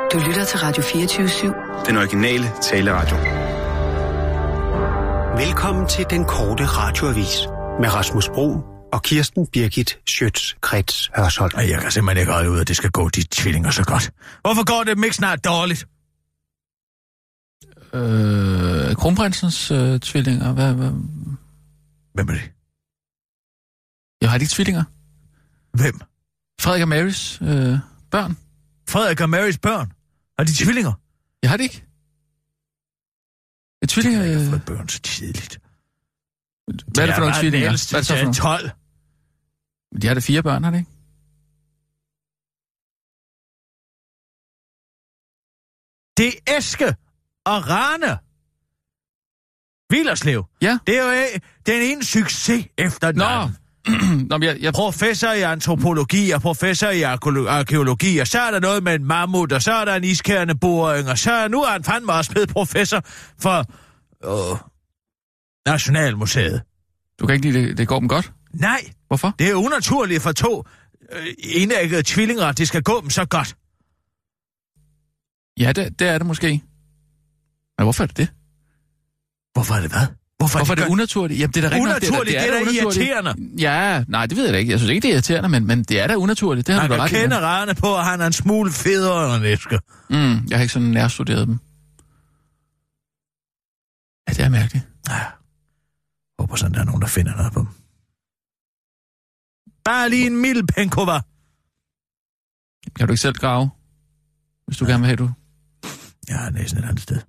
Du lytter til Radio 24/7. Den originale taleradio. Velkommen til den korte radioavis med Rasmus Bro og Kirsten Birgit Schøtz-Krets Hørsholm. Jeg kan simpelthen ikke holde ud, at det skal gå de tvillinger så godt. Hvorfor går det dem ikke snart dårligt? Kronprinsens tvillinger, hvad? Hvem er det? Jeg har de ikke tvillinger. Hvem? Frederik og Marys børn. Frederik og Marys børn? Har de tvillinger? Jeg har det ikke. Tvillinger... Jeg har fået børn så tidligt. Hvad er det for nogle tvillinger? Hvad er det så for 12? De har det 4 børn, har det ikke? Det er Eske og Rane. Villerslev. Ja. Det er jo den ene succes efter den anden. Nå, jeg... Professor i antropologi og professor i arkæologi, og så er der noget med en mammut, og så er der en iskerneboring, og så nu er han fandme også blevet professor for Nationalmuseet. Du kan ikke lide, det går dem godt? Nej. Hvorfor? Det er unaturligt for 2 enæggede tvillinger, at det skal gå dem så godt. Ja, det er det måske. Men hvorfor er det det? Hvorfor er det hvad? Hvorfor er det unaturligt? Jamen, det er da unaturligt, nok, det er da irriterende. Ja, nej, det ved jeg da ikke. Jeg synes ikke, det er irriterende, men det er da unaturligt. Det har man du ret i. Man kan kende Rane på, at han er en smule federe end Eske. Jeg har ikke sådan nærstuderet dem. Ja, det er mærkeligt. Ja. Håber sådan, der er nogen, der finder noget på dem. Bare lige en mild penkova. Kan du ikke selv grave? Hvis du gerne vil have, du... Jeg er næsten et andet sted.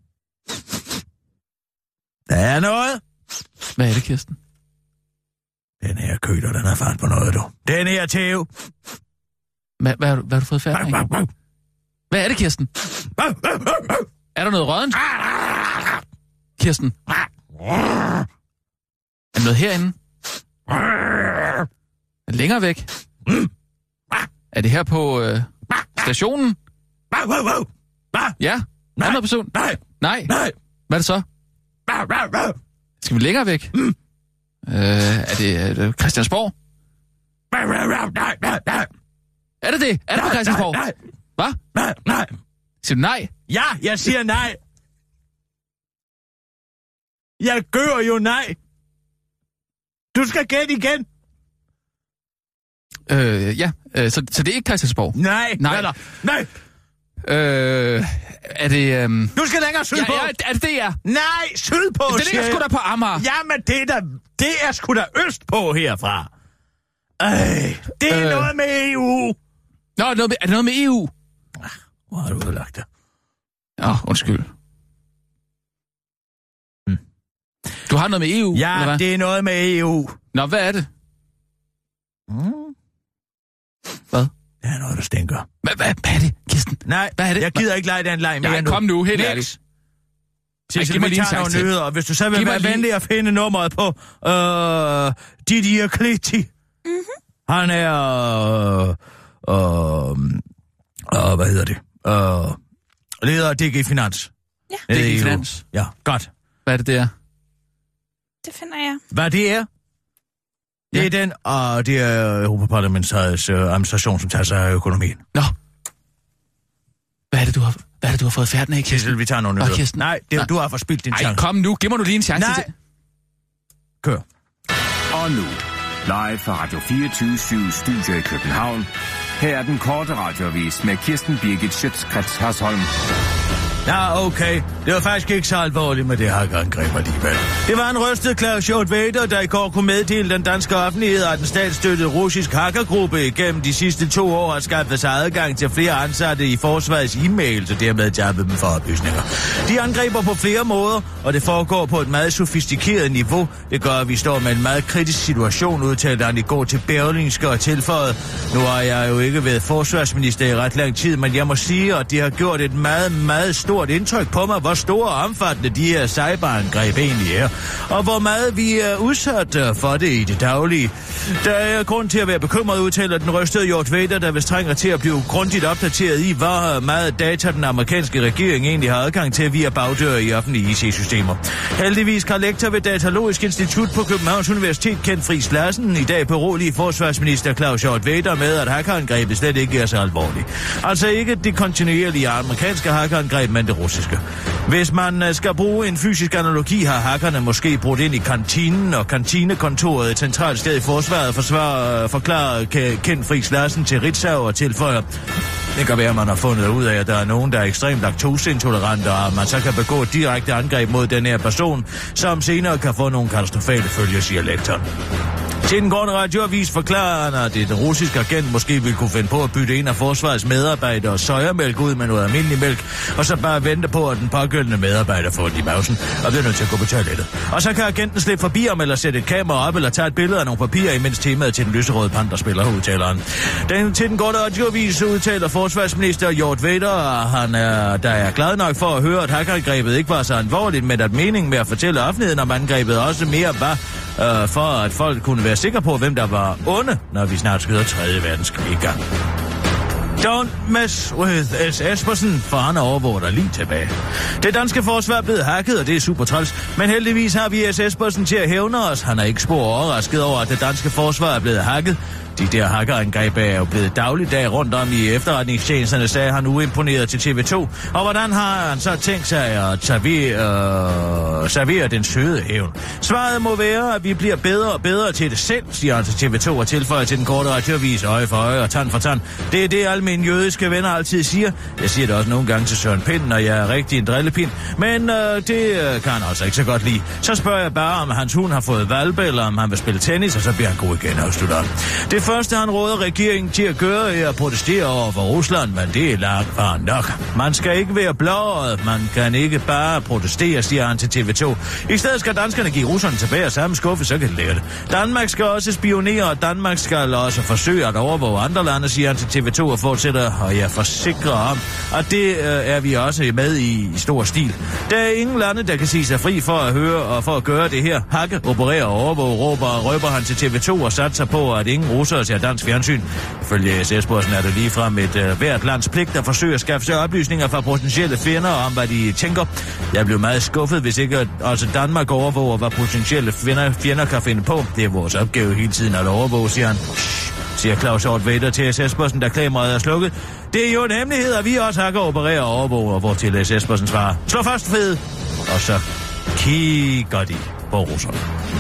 Der er noget. Hvad er det, Kirsten? Den her køler, den har fart på noget, du. Den her tæv. Hvad har du fået fat af? Hvad er det, Kirsten? Er der noget rådent? Kirsten? Er der noget herinde? Er det længere væk? Er det her på stationen? Ja? Anden person? Nej. Hvad er det så? Skal vi længere væk? Er det Christiansborg? Er det det? Er det på Christiansborg? Hvad? Nej. Siger du nej? Ja, jeg siger nej. Jeg gør jo nej. Du skal gætte igen. Ja. Så det er ikke Christiansborg? Nej. Nej. Er det... Du skal længere sydpå. Ja, er det er? Nej, sydpå. Det ligger sgu da på Amager. Jamen, det er sgu da østpå herfra. Det er noget med EU. Nå, er det noget med EU? Hvor har du udlagt det? Undskyld. Du har noget med EU? Ja, det er noget med EU. Nå, hvad er det? Hvad? Det er noget, der stinker. Hvad er det, Kirsten? Nej, hvad er det? Jeg gider ikke lege den leg mere nu. Kom nu, helt ærligt. Giv mig lige nogle nyheder, og hvis du så vil være venlig at finde nummeret på Didier Kleti. Han er hvad hedder det? Leder af DG Finans. Ja. DG Finans? Ja, godt. Hvad er det der? Det finder jeg. Hvad det er? Det er den, og det er Europaparlamentets administration, som tager sig af økonomien. Nå. Hvad er det, du har fået færden af, Kirsten? Vi tager nogle nyheder. Nej, du har forspildt din chance. Nej, kom nu. Giv mig nu lige en chance. Nej. Kør. Og nu, live fra Radio 24/7 Studio i København. Her er den korte radioavis med Kirsten Birgit Schøtz-Krets Hørsholm. Ja, okay. Det var faktisk ikke så alvorligt med det hackerangreb alligevel. Det var en rystet Klaus Hjort Vader, der i går kunne meddele den danske offentlighed, at den statsstøttede russisk hackergruppe igennem de sidste 2 år har skaffet sig adgang til flere ansatte i forsvarets e-mails og dermed tappet dem for oplysninger. De angriber på flere måder, og det foregår på et meget sofistikeret niveau. Det gør, at vi står med en meget kritisk situation, udtalte han i går til Berlingske og tilføjet. Nu har jeg jo ikke været forsvarsminister i ret lang tid, men jeg må sige, at de har gjort et meget, meget stort stort indtryk på mig, hvor store og omfattende de her cyberangreb egentlig er, og hvor meget vi er udsat for det i det daglige. Der er grund til at være bekymret, udtaler den rystede Hjort Vader, der vist trænger til at blive grundigt opdateret i, hvor meget data den amerikanske regering egentlig har adgang til via bagdør i offentlige IT-systemer. Heldigvis kan lektor ved Datalogisk Institut på Københavns Universitet, Kent Friis Larsen, i dag berolige forsvarsminister Claus Hjort Vader med, at hackerangrebet slet ikke er så alvorligt. Altså ikke det kontinuerlige amerikanske hackerangreb, men det russiske. Hvis man skal bruge en fysisk analogi, har hackerne måske brudt ind i kantinen og kantinekontoret, et centralt sted i forsvaret, forklarer Kent Friis Larsen til Ritzau og tilføjer. Det kan være, at man har fundet ud af, at der er nogen, der er ekstremt laktoseintolerante, og man så kan begå et direkte angreb mod den her person, som senere kan få nogle katastrofale følger, siger lektoren. Til den korte radioavis forklarer han, at den russiske agent måske ville kunne finde på at bytte en af forsvarets medarbejdere sojamælk ud med noget almindelig mælk, og så bare vente på, at den pågældende medarbejder får den i mausen, og bliver nødt til at gå på toilettet. Og så kan agenten slippe forbi ham, eller sætte et kamera op, eller tage et billede af nogle papirer, imens temaet til den lyserøde panda spiller, udtaler han. Til den korte radioavis udtaler forsvarsminister Hjort Vader, og der er glad nok for at høre, at hackerangrebet ikke var så alvorligt, men at meningen med at fortælle offentligheden om angrebet også mere var for at folk kunne være sikre på, hvem der var onde, når vi snart skyder 3. verdenskrig i gang. Don't mess with S. Espersen, for han overvåger dig lige tilbage. Det danske forsvar er blevet hacket, og det er super træls. Men heldigvis har vi S. Espersen til at hævne os. Han er ikke spor overrasket over, at det danske forsvar er blevet hacket. De der hackerangreb er jo blevet dagligdag rundt om i efterretningstjenesterne, sagde han uimponeret til TV2. Og hvordan har han så tænkt sig at servere den søde hævn? Svaret må være, at vi bliver bedre og bedre til det selv, siger han til TV2 og tilføjer til den korte radioavis øje for øje og tand for tand. Det er det, alle mine jødiske venner altid siger. Jeg siger det også nogle gange til Søren Pind, når jeg er rigtig en drillepind. Men det kan han altså ikke så godt lide. Så spørger jeg bare, om hans hund har fået valpe, eller om han vil spille tennis, og så bliver han god igen, afslutter. Det første, han råder regeringen til at gøre, er at protestere over for Rusland, men det er langt fra nok. Man skal ikke være blåret, man kan ikke bare protestere, siger han til TV2. I stedet skal danskerne give russerne tilbage og samme skuffe, så kan de lære det. Danmark skal også spionere, og Danmark skal også forsøge at overvåge andre lande, siger han til TV2 og fortsætter, og jeg forsikrer om, at det er vi også med i stor stil. Der er ingen lande, der kan sige sig fri for at høre og for at gøre det her. Hakke, operere og overvåge, røber han til TV2 og satser på, at ingen russere ser dansk fjernsyn. Ifølge SS-Børsen er det ligefrem et hvert lands pligt at forsøge at skaffe sig oplysninger fra potentielle fjender om, hvad de tænker. Jeg blev meget skuffet, hvis ikke også Danmark overvåger, hvad potentielle fjender kan finde på. Det er vores opgave hele tiden at overvåge, siger han. Siger Claus Hjort Vader til SS-Børsen, da kameraet er slukket. Det er jo en hemmelighed, at vi også hakker, opererer og overvåger, hvor til SS-Børsen svarer. Slå fast, fed! Og så kigger de på russerne.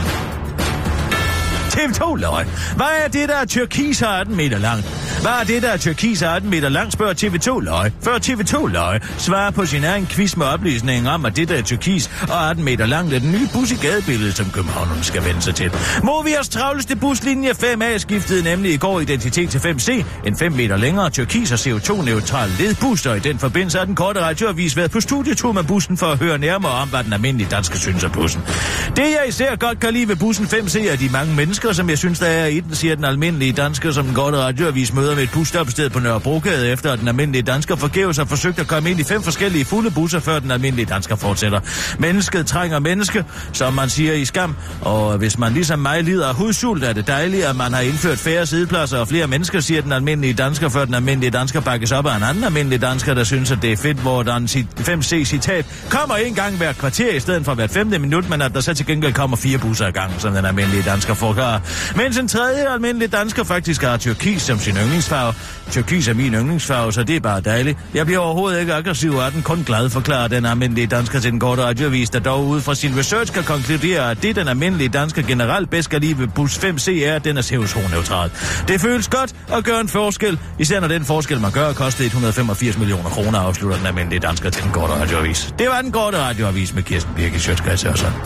TV2-løg. Hvad er det, der er tyrkis 18 meter langt? Hvad er det, der er tyrkis 18 meter langt, spørger TV2-løg. Før TV2-løg svarer på sin egen quiz med oplysningen om, at det, der er tyrkis og 18 meter langt, er den nye bus i gadebilledet, som københavnerne skal vende sig til. Movias travleste buslinje 5A skiftede nemlig i går identitet til 5C, en 5 meter længere tyrkis og CO2-neutral ledbus, og i den forbindelse har den korte radioavis været på studietur med bussen for at høre nærmere om, hvad den almindelige danske synes af bussen. Det, jeg især godt kan lide ved bussen 5C, er de mange mennesker, som jeg synes, der er i den, siger den almindelige dansker, som den korte radioavis møder ved et busstoppested på Nørrebrogade, efter at den almindelige dansker forgæves har forsøgt at komme ind i 5 forskellige fulde busser, før den almindelige dansker fortsætter. Mennesket trænger menneske, som man siger i Skam, og hvis man ligesom mig lider af hudsult, er det dejligt, at man har indført færre sidepladser og flere mennesker, siger den almindelige dansker, før den almindelige dansker bakkes op af en anden almindelig dansker, der synes, at det er fedt, hvor der 5C-citat kommer en gang hver kvarter i stedet for hvert 5. minut, men at der så til gengæld kommer 4 busser ad gangen, som den almindelige dansker forklarer. Mens en tredje almindelig dansker faktisk har tyrkis som sin yndlingsfarve. Tyrkis er min yndlingsfarve, så det er bare dejligt. Jeg bliver overhovedet ikke aggressiv af den, kun glad, forklarer den almindelige dansker til den korte radioavis, der dog ud fra sin research kan konkludere, at det den almindelige dansker generelt bedst kan lide ved bus 5C er, at den er CO2-neutral. Det føles godt at gøre en forskel, især når den forskel, man gør, koster 185 millioner kroner, afslutter den almindelige dansker til den korte radioavis. Det var den korte radioavis med Kirsten Birgit Schøtz-Krets og sådan.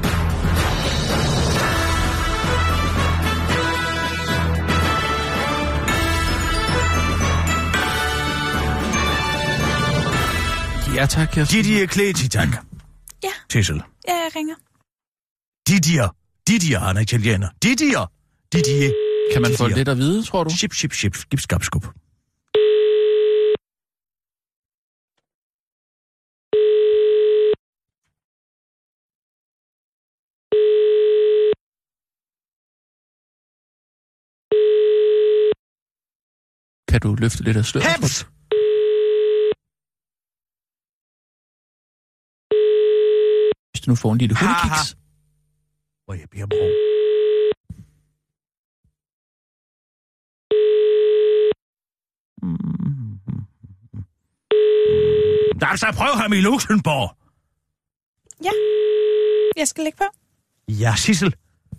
Ja, tak, Kirsten. Didier Kleti, tak. Ja. Tissel. Ja, jeg ringer. Didier, han er italiener. Didier. Kan man få lidt at vide, tror du? Skib, skab, skub. Kan du løfte lidt af sløret? Heps! Hvis du nu får en lille hundekiks. Hvor jeg bliver brug. Altså, prøv ham i Luxembourg. Ja, jeg skal lægge på. Ja, Sissel.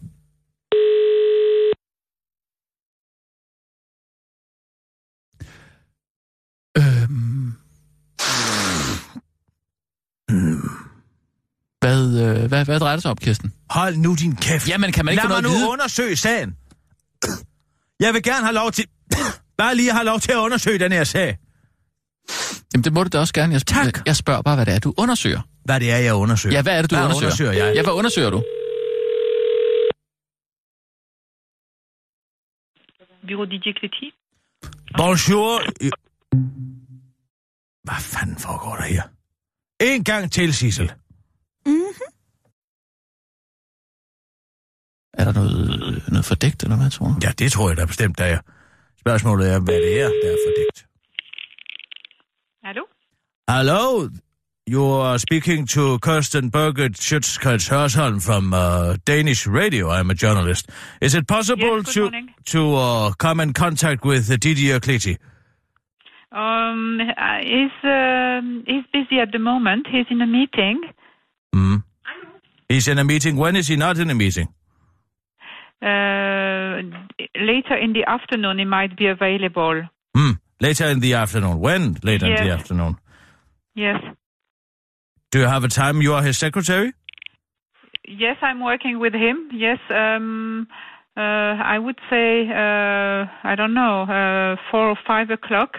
Hvad drejer det sig om, Kirsten? Hold nu din kæft. Jamen, kan man ikke få noget at vide? Lad mig nu undersøge sagen. Jeg vil gerne have lov til... Bare lige have lov til at undersøge den her sag. Jamen, det må du da også gerne. Jeg spørger bare, hvad det er, du undersøger. Hvad det er, jeg undersøger? Ja, hvad er det, du undersøger? Jeg? Ja, hvad undersøger du? Bureau Didier Cléty. Bonjour. Hvad fanden foregår der her? En gang til, Sissel. Er der noget fordækt, eller hvad, tror du? Ja, det tror jeg da bestemt, der er. Spørgsmålet er, hvad det er, der er fordækt. Hallo? Hello, you are speaking to Kirsten Birgit Schütz Hørsholm from Danish radio. I'm a journalist. Is it possible to come in contact with Didier Cléty? He's busy at the moment. He's in a meeting. He's in a meeting. When is he not in a meeting? Later in the afternoon, he might be available. Later in the afternoon. When later in the afternoon? Yes. Do you have a time you are his secretary? Yes, I'm working with him. Yes, I would say, I don't know, 4 or 5 o'clock.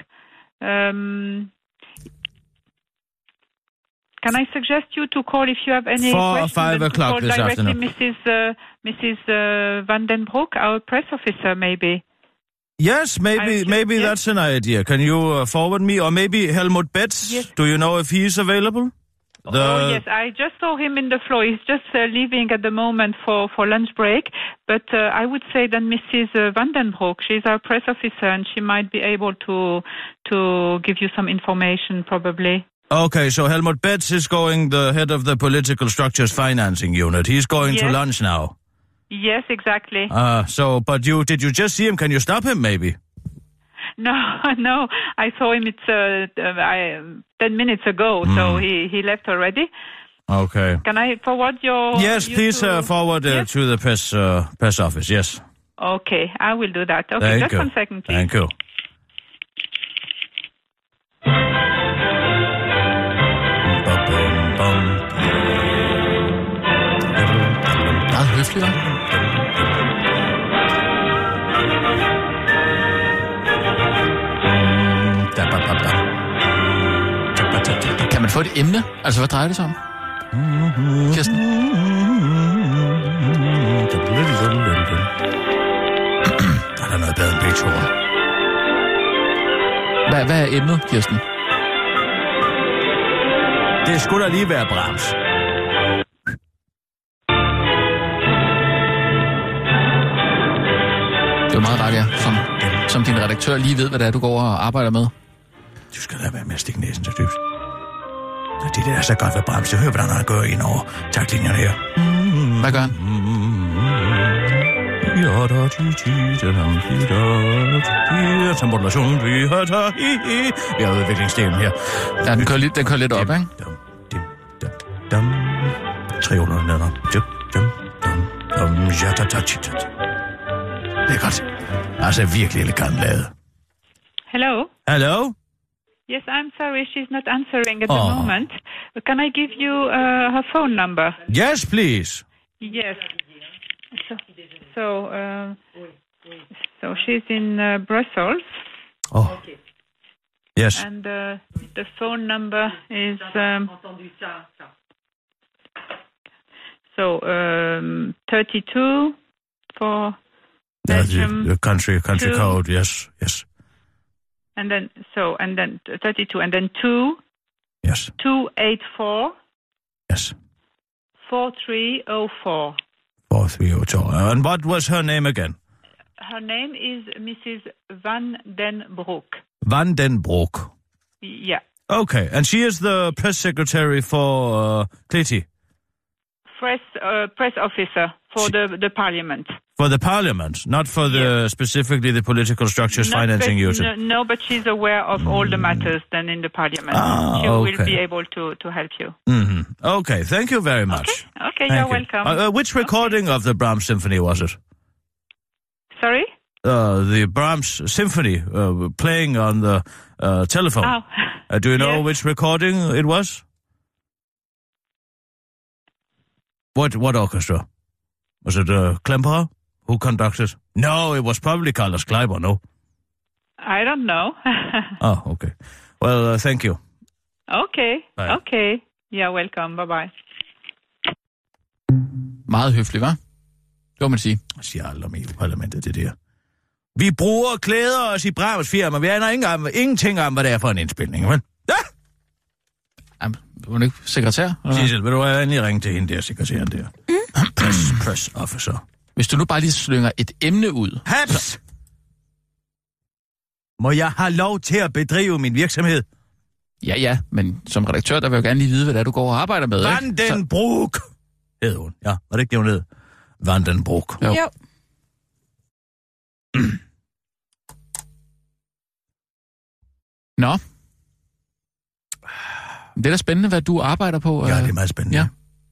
Can I suggest you to call if you have any 4 or questions? 5 o'clock this afternoon. Mrs. Van den Broek, our press officer, maybe. Yes, maybe that's an idea. Can you forward me, or maybe Helmut Betz? Yes. Do you know if he is available? Yes, I just saw him in the floor. He's just leaving at the moment for lunch break. But I would say that Mrs. Van den Broek, she's our press officer, and she might be able to give you some information, probably. Okay, so Helmut Betz is the head of the political structures financing unit. He's going to lunch now. Yes, exactly. But did you just see him? Can you stop him, maybe? No, I saw him. It's 10 minutes ago, so he left already. Okay. Can I forward your? Yes, please forward to the press office. Yes. Okay, I will do that. Okay, just 1 second, please. Thank you. Meget høfligt, hva'? Kan man få et emne? Altså, hvad drejer det sig om? Kirsten? Der er noget bedre end Beethoven. Hvad er emnet, Kirsten? Det skulle da lige være Brahms. Det er meget rart, ja. Som din redaktør lige ved, hvad det er, du går og arbejder med. Du skal da være med at stikke næsen så dybt. Det er så godt ved Brahms. Jeg hører, hvordan han går ind over taktlinjerne her. Hvad gør han? Vi har udviklingsdelen her. Ja, den kører lidt op, ikke? 300 neder. Det er godt. Altså virkelig elegant lavet. Hello? Hello? Yes, I'm sorry, she's not answering at the moment. Can I give you her phone number? Yes, please. Yes. So she's in Brussels. Oh. Yes. And the phone number is 32 for Belgium. The country code. Yes. And then 32 and then 2. Yes. 284. Yes. 4304. 4304. And what was her name again? Her name is Mrs. Van den Broek. Van den Broek. Yeah. Okay, and she is the press secretary for Kleti. Press officer for the parliament. For the parliament, not for specifically the political structures financing unit. No, but she's aware of all the matters then in the parliament. She will be able to help you. Mm-hmm. Okay, thank you very much. Okay, you're welcome. Which recording of the Brahms Symphony was it? Sorry? The Brahms Symphony playing on the telephone. Oh. Do you know which recording it was? What orchestra? Was it Klemperer who conducted? No, it was probably Carlos Kleiber, no? I don't know. Oh, okay. Well, thank you. Okay. Bye. Okay. You're welcome. Bye-bye. Meget høfligt, hva'? Det må man sige. Jeg siger aldrig om EU-parlamentet, det der. Vi bruger klæder os i Brahms firma. Vi aner ingenting om, hvad det er for en indspilning, men... Ja! Jamen, du er ikke sekretær? Sissel, vil du endelig ringe til hende der, sekretæren der? Press officer. Hvis du nu bare lige slynger et emne ud... Haps! Må jeg have lov til at bedrive min virksomhed? Ja, men som redaktør, der vil jeg gerne lige vide, hvad det er, du går og arbejder med, ikke? Van den Broek, hed hun. Ja, var det ikke det, hun hed? Van den Broek. Jo. Nå. Det er da spændende, hvad du arbejder på. Ja, det er meget spændende. Ja.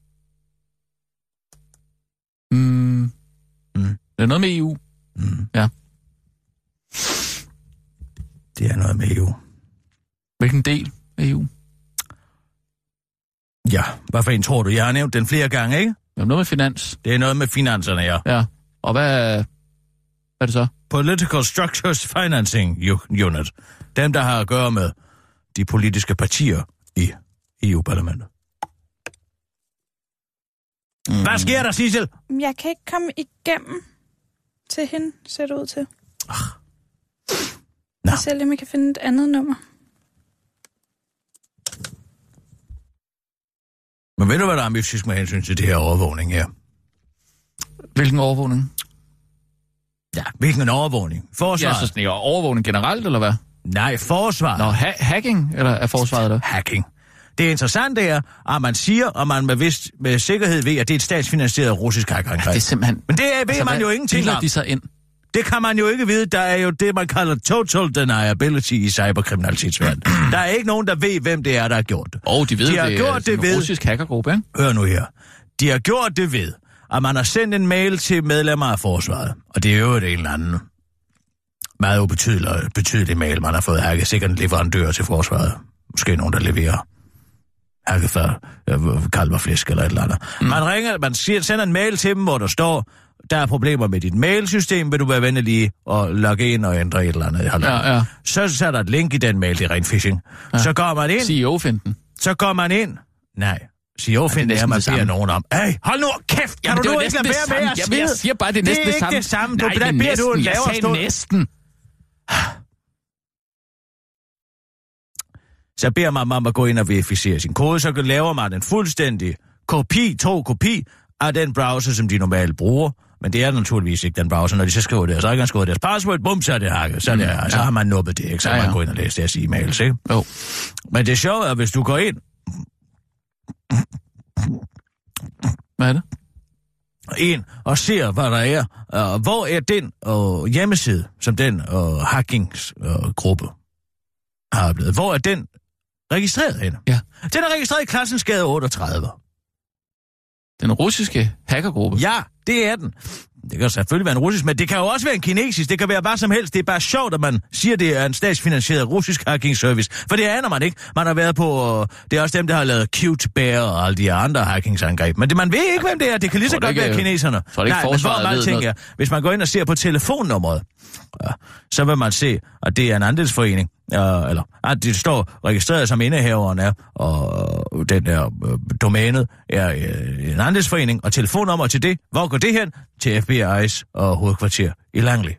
Det er noget med EU. Ja. Det er noget med EU. Hvilken del af EU? Ja, hvad for en tror du? Jeg har nævnt den flere gange, ikke? Det er noget med finans. Det er noget med finanserne, ja. Ja. Og hvad er det så? Political Structures Financing Unit. Dem, der har at gøre med de politiske partier i EU-parlamentet. Hvad sker der, Sissel? Jeg kan ikke komme igennem til hende, ser det ud til. Jeg ser lige, om jeg kan finde et andet nummer. Men ved du, hvad der er mystisk med hensyn til det her overvågning her? Hvilken overvågning? Ja, hvilken overvågning? Forsvaret? Ja, så sådan, overvågning generelt, eller hvad? Nej, forsvaret. Nå, hacking, eller er forsvaret der? Hacking. Det interessante er, at man siger, og man med sikkerhed ved, at det er et statsfinansieret russisk hackerangreb. Det er simpelthen... Men det ved man jo ingenting om. De sig ind? Det kan man jo ikke vide. Der er jo det, man kalder total deniability i cyberkriminalitetsverdenen. Der er ikke nogen, der ved, hvem det er, der har gjort det. De ved, de har gjort det ved... en russisk hackergruppe, ikke? Hør nu her. De har gjort det ved, at man har sendt en mail til medlemmer af forsvaret. Og det er jo det en eller anden meget ubetydelig mail, man har fået hacket. Sikkert en leverandør til forsvaret. Måske nogen, der leverer hacket for kalverflæsk eller et eller andet. Man sender en mail til dem, hvor der står, der er problemer med dit mailsystem, vil du være venlig og logge ind og ændre et eller andet. Ja. Så er der et link i den mail, det er rent phishing. Ja. Så går man ind. CEO-finden. Så går man ind. Nej. CEO-finden er, man beder nogen om. Hey, hold nu kæft! Kan du nu ikke lade være med at svide? Jeg siger bare, det er næsten det samme. Det er ikke det samme. Nej, det er næsten. Jeg sagde næsten. Så beder man om at gå ind og verificere sin kode, så laver man en fuldstændig kopi af den browser, som de normalt bruger. Men det er naturligvis ikke den browser, når de så skriver det. Så har de skrevet deres password, bum, så er det hacket. Så har man nuppet det, ikke? Så man går ind og læser deres e-mails, ikke? Jo. Men det er sjovt, at hvis du går ind... Hvad er det? Ind og ser, hvad der er. Hvor er den hjemmeside, som den hackingsgruppe har blevet? Hvor er den registreret henne? Ja. Den er registreret i Klassensgade 38. Den russiske hackergruppe? Ja, det er den. Det kan selvfølgelig være en russisk, men det kan jo også være en kinesisk. Det kan være hvad som helst. Det er bare sjovt, at man siger, at det er en statsfinansieret russisk hacking service. For det aner man ikke. Man har været på... det er også dem, der har lavet Cute Bear og alle de andre hackingsangreb. Men man ved ikke, hvem det er. Det kan lige så godt være kineserne. Tror det ikke, forsvaret ved noget? Hvis man går ind og ser på telefonnummeret, så vil man se, at det er en andelsforening. Eller at det står registreret som indehaveren er, og den der domænet er en andelsforening, og telefonnummer til det. Hvor går det hen? Til FBI's hovedkvarter i Langley.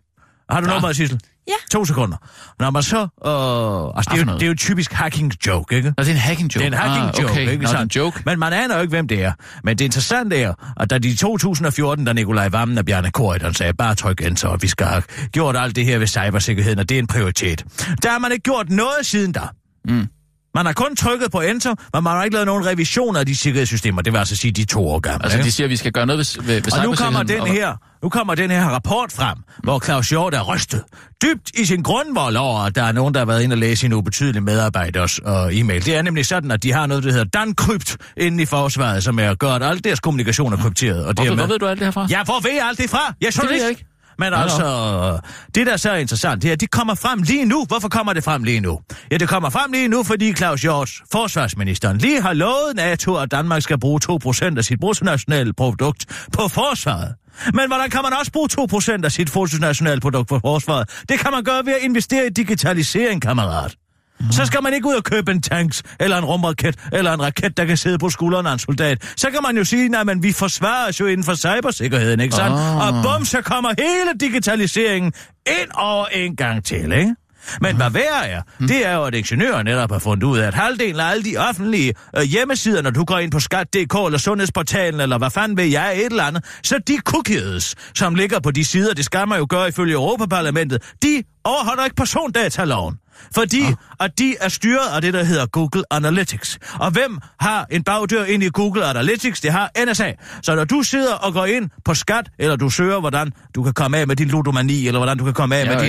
Har du noget med, Sissel? Ja. 2 sekunder. Når man så... det er jo et typisk hacking-joke, ikke? Nå, det er en hacking-joke. Det er en hacking-joke, okay. ikke? Nå, det er en joke. Men man aner jo ikke, hvem det er. Men det interessante er, at da de i 2014, da Nikolaj Wammen og Bjarne Corydon sagde, bare tryk enter, og vi skal have gjort alt det her ved cybersikkerheden, og det er en prioritet. Der har man ikke gjort noget siden da. Man har kun trykket på enter, men man har ikke lavet nogen revision af de sikkerhedssystemer. Det vil altså sige, de 2 år gamle. Altså, de siger, at vi skal gøre noget ved cybersikkerheden. Og nu kommer den her rapport frem, hvor Claus Hjort er rystet dybt i sin grundvold over, at der er nogen, der har været inde og læse en ubetydelig medarbejders e-mail. Det er nemlig sådan, at de har noget, der hedder Dankrypt inde i forsvaret, som er gør, at alt deres kommunikation er krypteret. Og hvor ved du alt det her fra? Ja, hvor ved jeg alt det fra? Det ved jeg ikke. Men altså, det der så er interessant, det er, at de kommer frem lige nu. Hvorfor kommer det frem lige nu? Ja, det kommer frem lige nu, fordi Claus Hjort, forsvarsministeren, lige har lovet NATO, at Danmark skal bruge 2% af sit bruttonationale produkt på forsvaret. Men hvordan kan man også bruge 2% af sit bruttonationale produkt på forsvaret? Det kan man gøre ved at investere i digitalisering, kammerat. Så skal man ikke ud og købe en tanks, eller en rumraket, eller en raket, der kan sidde på skulderen af en soldat. Så kan man jo sige, at vi forsvarer os jo inden for cybersikkerheden, ikke sandt? Og bum, så kommer hele digitaliseringen ind over en gang til, ikke? Men hvad værre er, det er jo, at ingeniører netop har fundet ud af, at halvdelen af alle de offentlige hjemmesider, når du går ind på skat.dk eller Sundhedsportalen, eller hvad fanden ved jeg, et eller andet, så de cookies, som ligger på de sider, det skal man jo gøre ifølge Europaparlamentet, de overholder ikke persondataloven. Fordi at de er styret af det, der hedder Google Analytics. Og hvem har en bagdør ind i Google Analytics? Det har NSA. Så når du sidder og går ind på skat, eller du søger, hvordan du kan komme af med din ludomani, eller hvordan du kan komme af med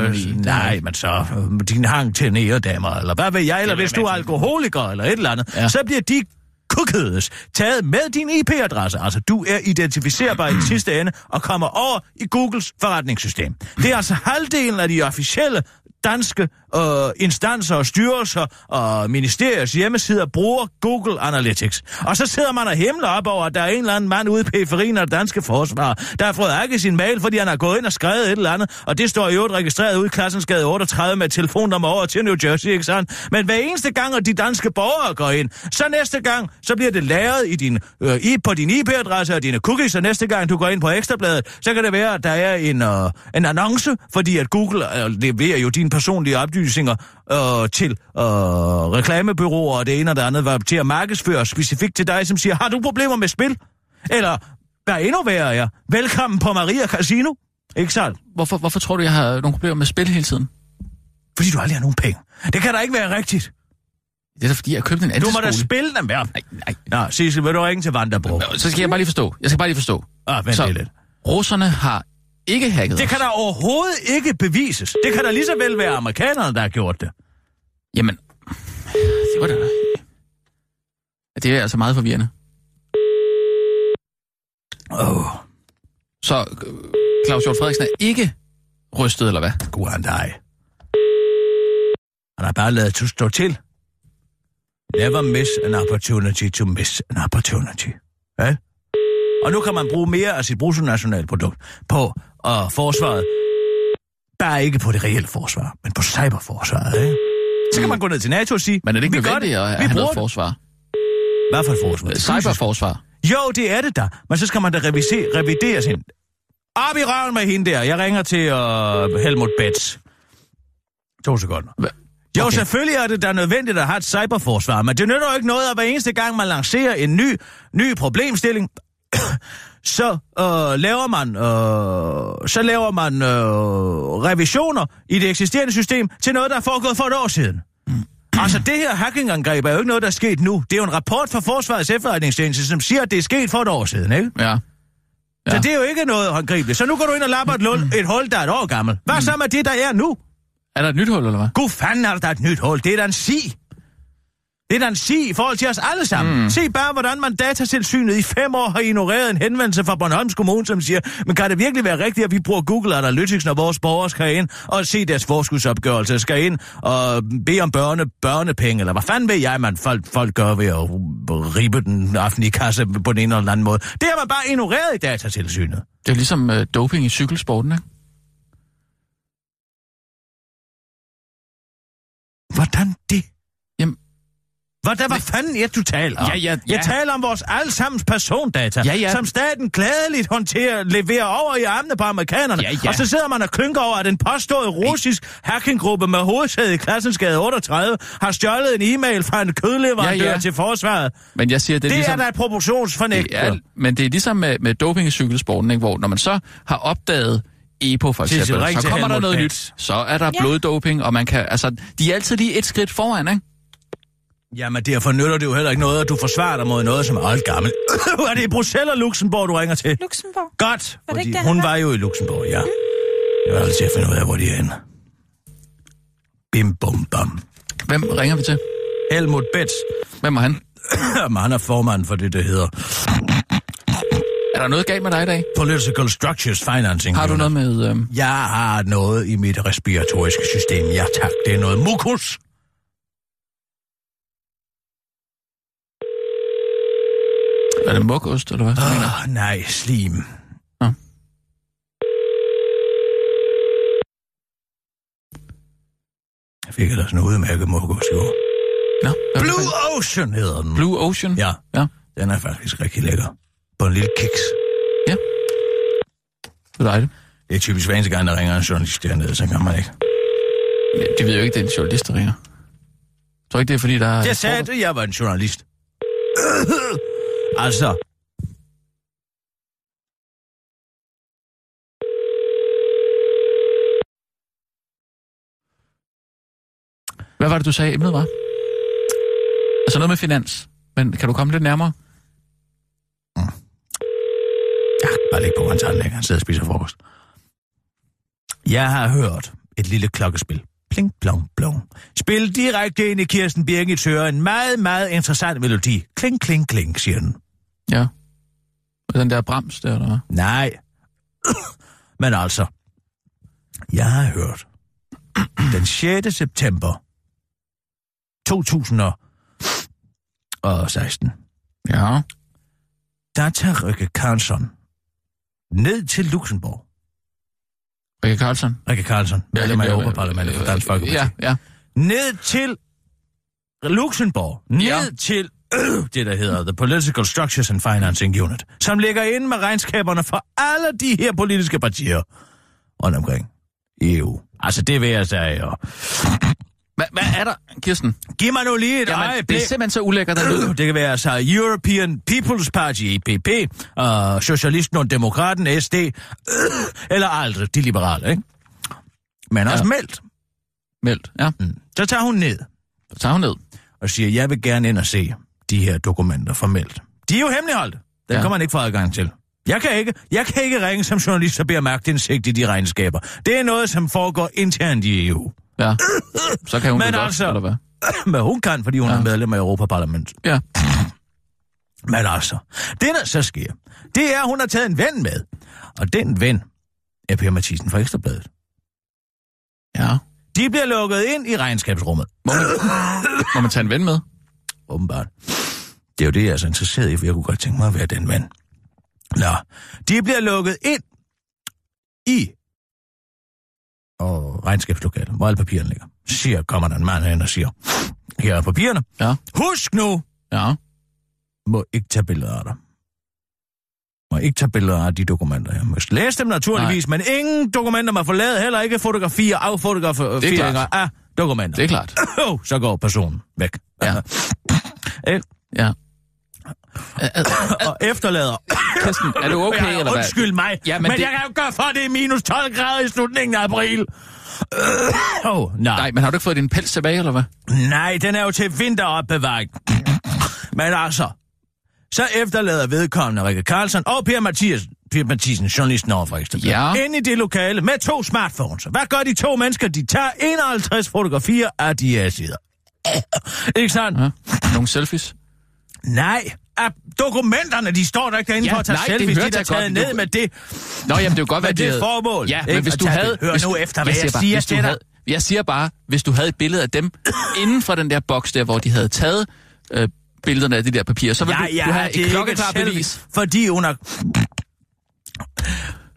din... din hang til næredamer, eller hvad ved jeg, eller hvis du er alkoholiker, eller et eller andet, så bliver de cookies taget med din IP-adresse. Altså, du er identificerbar i den sidste ende, og kommer over i Googles forretningssystem. Det er altså halvdelen af de officielle danske instanser og styrelser og ministeriers hjemmesider bruger Google Analytics. Og så sidder man og himler op over, at der er en eller anden mand ude i periferien af det danske forsvar, der har fået ikke sin mail, fordi han har gået ind og skrevet et eller andet, og det står i øvrigt registreret ude i Klassensgade 38 med et telefonnummer over til New Jersey, ikke sandt? Men hver eneste gang, at de danske borgere går ind, så næste gang, så bliver det lavet i på din IP-adresse og dine cookies, og næste gang, du går ind på Ekstrabladet, så kan det være, at der er en annonce, fordi at Google leverer jo dine personlige oplysninger til reklamebyråer og det ene og det andet, til at markedsføre specifikt til dig, som siger, har du problemer med spil? Eller, hvad endnu værre er, velkommen på Maria Casino. Ikke sandt? Hvorfor tror du, jeg har nogle problemer med spil hele tiden? Fordi du aldrig har nogen penge. Det kan da ikke være rigtigt. Det er da fordi, jeg købte en anden skole. Du må da spille dem værd. Nej. Nå, Sissel, vil du ringe til Vandabro? Så skal jeg bare lige forstå. Vent så, lidt. Russerne har ikke hacket Det kan os. da overhovedet ikke bevises. Det kan da lige så vel være amerikanerne, der har gjort det. Jamen, det var da... Det er altså meget forvirrende. Så Claus Hjort Frederiksen er ikke rystet, eller hvad? God han dig. Han har bare ladet stå til. Never miss an opportunity to miss an opportunity. Ja? Og nu kan man bruge mere af sit bruttonationalprodukt på forsvaret. Bare ikke på det reelle forsvar, men på cyberforsvaret, ikke? Så kan man gå ned til NATO og sige... Men er det ikke nødvendigt at have noget forsvar? Hvad for et forsvar? Cyberforsvar. Jo, det er det da. Men så skal man da revidere sin... Op i røven med hende der. Jeg ringer til Helmut Betz. 2 sekunder. Jo, okay. Selvfølgelig er det da nødvendigt at have et cyberforsvar, men det nytter jo ikke noget, at hver eneste gang man lancerer en ny problemstilling, så laver man revisioner i det eksisterende system til noget, der er foregået for et år siden. Altså, det her hackingangreb er jo ikke noget, der er sket nu. Det er jo en rapport fra Forsvarets efterretningstjeneste, som siger, at det er sket for et år siden, ikke? Ja. Så det er jo ikke noget håndgribeligt. Så nu går du ind og lapper et hul, der er et år gammel. Hvad så med det, der er nu? Er der et nyt hul, eller hvad? God fanden er der et nyt hul. Det er da en si. Det er da en si i forhold til os alle sammen. Se bare, hvordan man Datatilsynet i 5 år har ignoreret en henvendelse fra Bornholms Kommune, som siger, men kan det virkelig være rigtigt, at vi bruger Google Analytics, når vores borgere skal ind og se deres forskudsopgørelse, skal ind og bede om børnepenge, eller hvad fanden ved jeg, man folk gør ved at ribe den offentlige kasse på den ene eller anden måde. Det har man bare ignoreret i Datatilsynet. Det er ligesom doping i cykelsporten, ikke? Hvordan det? Jamen, Hvad fanden er du taler? Ja. Jeg taler om vores allesammens persondata, som staten glædeligt leverer over i armene på amerikanerne. Ja. Og så sidder man og klynker over, at en påstået russisk hackinggruppe med hovedsæde i Klassensgade 38 har stjålet en e-mail fra en kødleverandør til forsvaret. Men jeg siger, det er ligesom... da et proportionsfornægtelse. Men det er ligesom med doping i cykelsporten, ikke? Hvor når man så har opdaget EPO for eksempel, så kommer der noget nyt. Så er der bloddoping, og man kan... Altså, de er altid lige et skridt foran, ikke? Jamen, derfor nytter det jo heller ikke noget, at du forsvarer dig mod noget, som er alt gammelt. Er det i Bruxelles eller Luxembourg, du ringer til? Luxembourg. Godt, fordi hun var jo i Luxembourg, ja. Jeg var altid at finde ud af, hvor de er henne. Bim, bum, bam. Hvem ringer vi til? Helmut Betz. Hvem er han? Han er formand for det hedder... Er der noget galt med dig i dag? Political Structures Financing. Har du noget med... Jeg har noget i mit respiratoriske system. Ja tak, det er noget mukus. Er det mukost, eller hvad? Nej, slim. Ja. Jeg fik ellers en udmærket mukost i går. Nå, Blue Ocean hedder den. Blue Ocean? Ja. Den er faktisk rigtig lækker. På en lille kiks. Ja. Det er dejligt. Det er typisk hver eneste gang, der ringer en journalist dernede, så kan man ikke. Ja, de ved jo ikke, det er en journalist, der ringer. Jeg tror ikke, det er fordi, der er... Jeg sagde det, jeg var en journalist. Altså. Hvad var det, du sagde, emnet var? Altså noget med finans. Men kan du komme lidt nærmere? Ja, bare læg på hans anlæg. Han sidder og spiser frokost. Jeg har hørt et lille klokkespil. Pling, plong, plong. Spil direkte ind i Kirsten Birgits øre. En meget, meget interessant melodi. Kling, kling, kling, siger den. Ja. Den der Brahms der, eller hvad? Nej. Men altså. Jeg har hørt. Den 6. september 2016. Ja. Der tager Rikke Karlsson ned til Luxembourg. Rikke Karlsson, medlem af Europaparlamentet for Dansk Folkeparti. Ja. Ned til Luxembourg. Ned til det, der hedder The Political Structures and Financing Unit, som ligger inde med regnskaberne for alle de her politiske partier rundt omkring i EU. Altså, det vil jeg sige, og... Hvad er der, Kirsten? Giv mig nu lige et øjeblik. Det er simpelthen så ulækkert, den lyd. Det kan være så European People's Party, EPP, Socialisten og Demokraten, SD, eller aldrig, de liberale, ikke? Men også meldt. Meldt, ja. Så tager hun ned. Og siger, jeg vil gerne ind og se de her dokumenter for meldt. De er jo hemmeligholdt. Den kan man ikke få adgang til. Jeg kan ikke ringe som journalist og bede om aktindsigt i de regnskaber. Det er noget, som foregår internt i EU. Ja, så kan hun men godt, altså, eller hvad? Men hun kan, fordi hun er medlem af Europaparlamentet. Ja. Men altså, det der så sker, det er, at hun har taget en ven med. Og den ven er Per Mathisen fra Ekstra Bladet. Ja. De bliver lukket ind i regnskabsrummet. Må man tage en ven med? Åbenbart. Det er jo det, jeg er så interesseret i, for jeg kunne godt tænke mig at være den ven. Nå, de bliver lukket ind i og regnskabslokalet, hvor alle papirerne ligger. Kommer der en mand hen og siger, her er papirerne. Ja. Husk nu, må ikke tage billeder af dig. Må ikke tage billeder af de dokumenter. Jeg må læse dem naturligvis, men ingen dokumenter må forlade, heller ikke fotografier, affotograferinger af dokumenter. Det er klart. Så går personen væk. Ja. Ja. Og efterlader. Kirsten, er du okay, eller hvad? Undskyld mig, ja, men jeg kan jo gøre for, at det er minus 12 grader i slutningen af april. Nej, men har du ikke fået din pels tilbage, eller hvad? Nej, den er jo til vinteropbevaring. Men altså, så efterlader vedkommende Rikke Karlsson og Per Mathisen, journalisten over fra Ekstra Bladet, inde i det lokale med 2 smartphones. Hvad gør de 2 mennesker? De tager 51 fotografier af de her sider. Ikke sandt? Ja. Nogle selfies? Nej, dokumenterne, de står der ikke derinde for at tage selfies, de der taget ned med det. Nå, jamen, det er jo godt, hvad det er formål. Ja, men hvis du havde... Hør nu efter, hvad jeg siger til dig. Jeg siger bare, hvis du havde et billede af dem inden for den der boks der, hvor de havde taget billederne af de der papirer, så ville du have et klokkeklart bevis. Fordi hun har...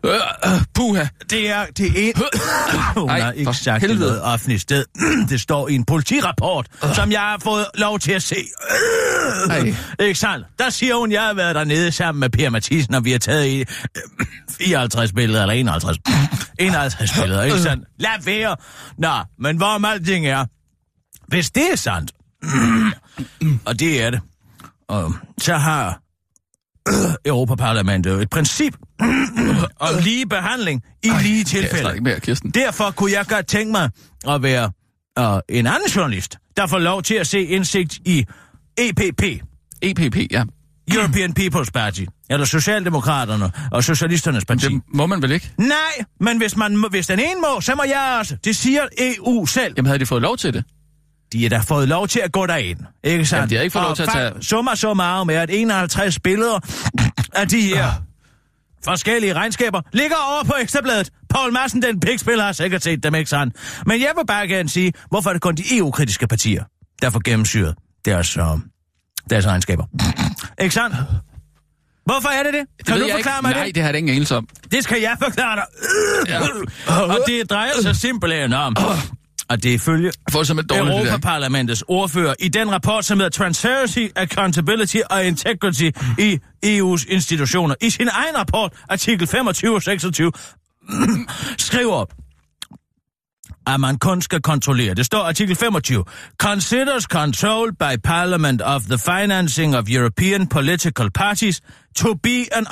Puha. Det er en... Hun har ikke sagt det noget offentligt sted. Det står i en politirapport, som jeg har fået lov til at se. Ikke sandt? Der siger hun, jeg har været dernede sammen med Per Mathisen, og vi har taget 54 billeder, eller 51 billeder, ikke sandt? Lad være! Nå, men hvorom alting er, hvis det er sandt, og det er det, så har Europaparlamentet et princip om lige behandling i lige tilfælde. Mere, Kirsten. Derfor kunne jeg godt tænke mig at være en anden journalist, der får lov til at se indsigt i EPP. EPP, ja. European People's Party. Eller Socialdemokraterne og Socialisternes Parti. Det må man vel ikke? Nej, men hvis den ene må, så må jeg også. Det siger EU selv. Jamen havde de fået lov til det? De har da fået lov til at gå derind. Ikke sandt? Jamen, de har ikke fået lov til at tage... Så meget med, at 51 billeder af de her forskellige regnskaber ligger over på Ekstrabladet. Poul Madsen, den pikspiller, har sikkert set dem, ikke sandt? Men jeg vil bare gerne sige, hvorfor er det kun de EU-kritiske partier, der får gennemsyret deres regnskaber? Ikke sandt? Hvorfor er det det? Kan du forklare mig det? Nej, det har jeg ingen anelse om. Det skal jeg forklare dig. Og det drejer sig simpelthen om... Og det er ifølge Europaparlamentets ordfører i den rapport, som hedder Transparency, Accountability og Integrity i EU's institutioner. I sin egen rapport, artikel 25 og 26, skriver, at man kun skal kontrollere. Det står artikel 25. Considers control by Parliament of the financing of European political parties to be an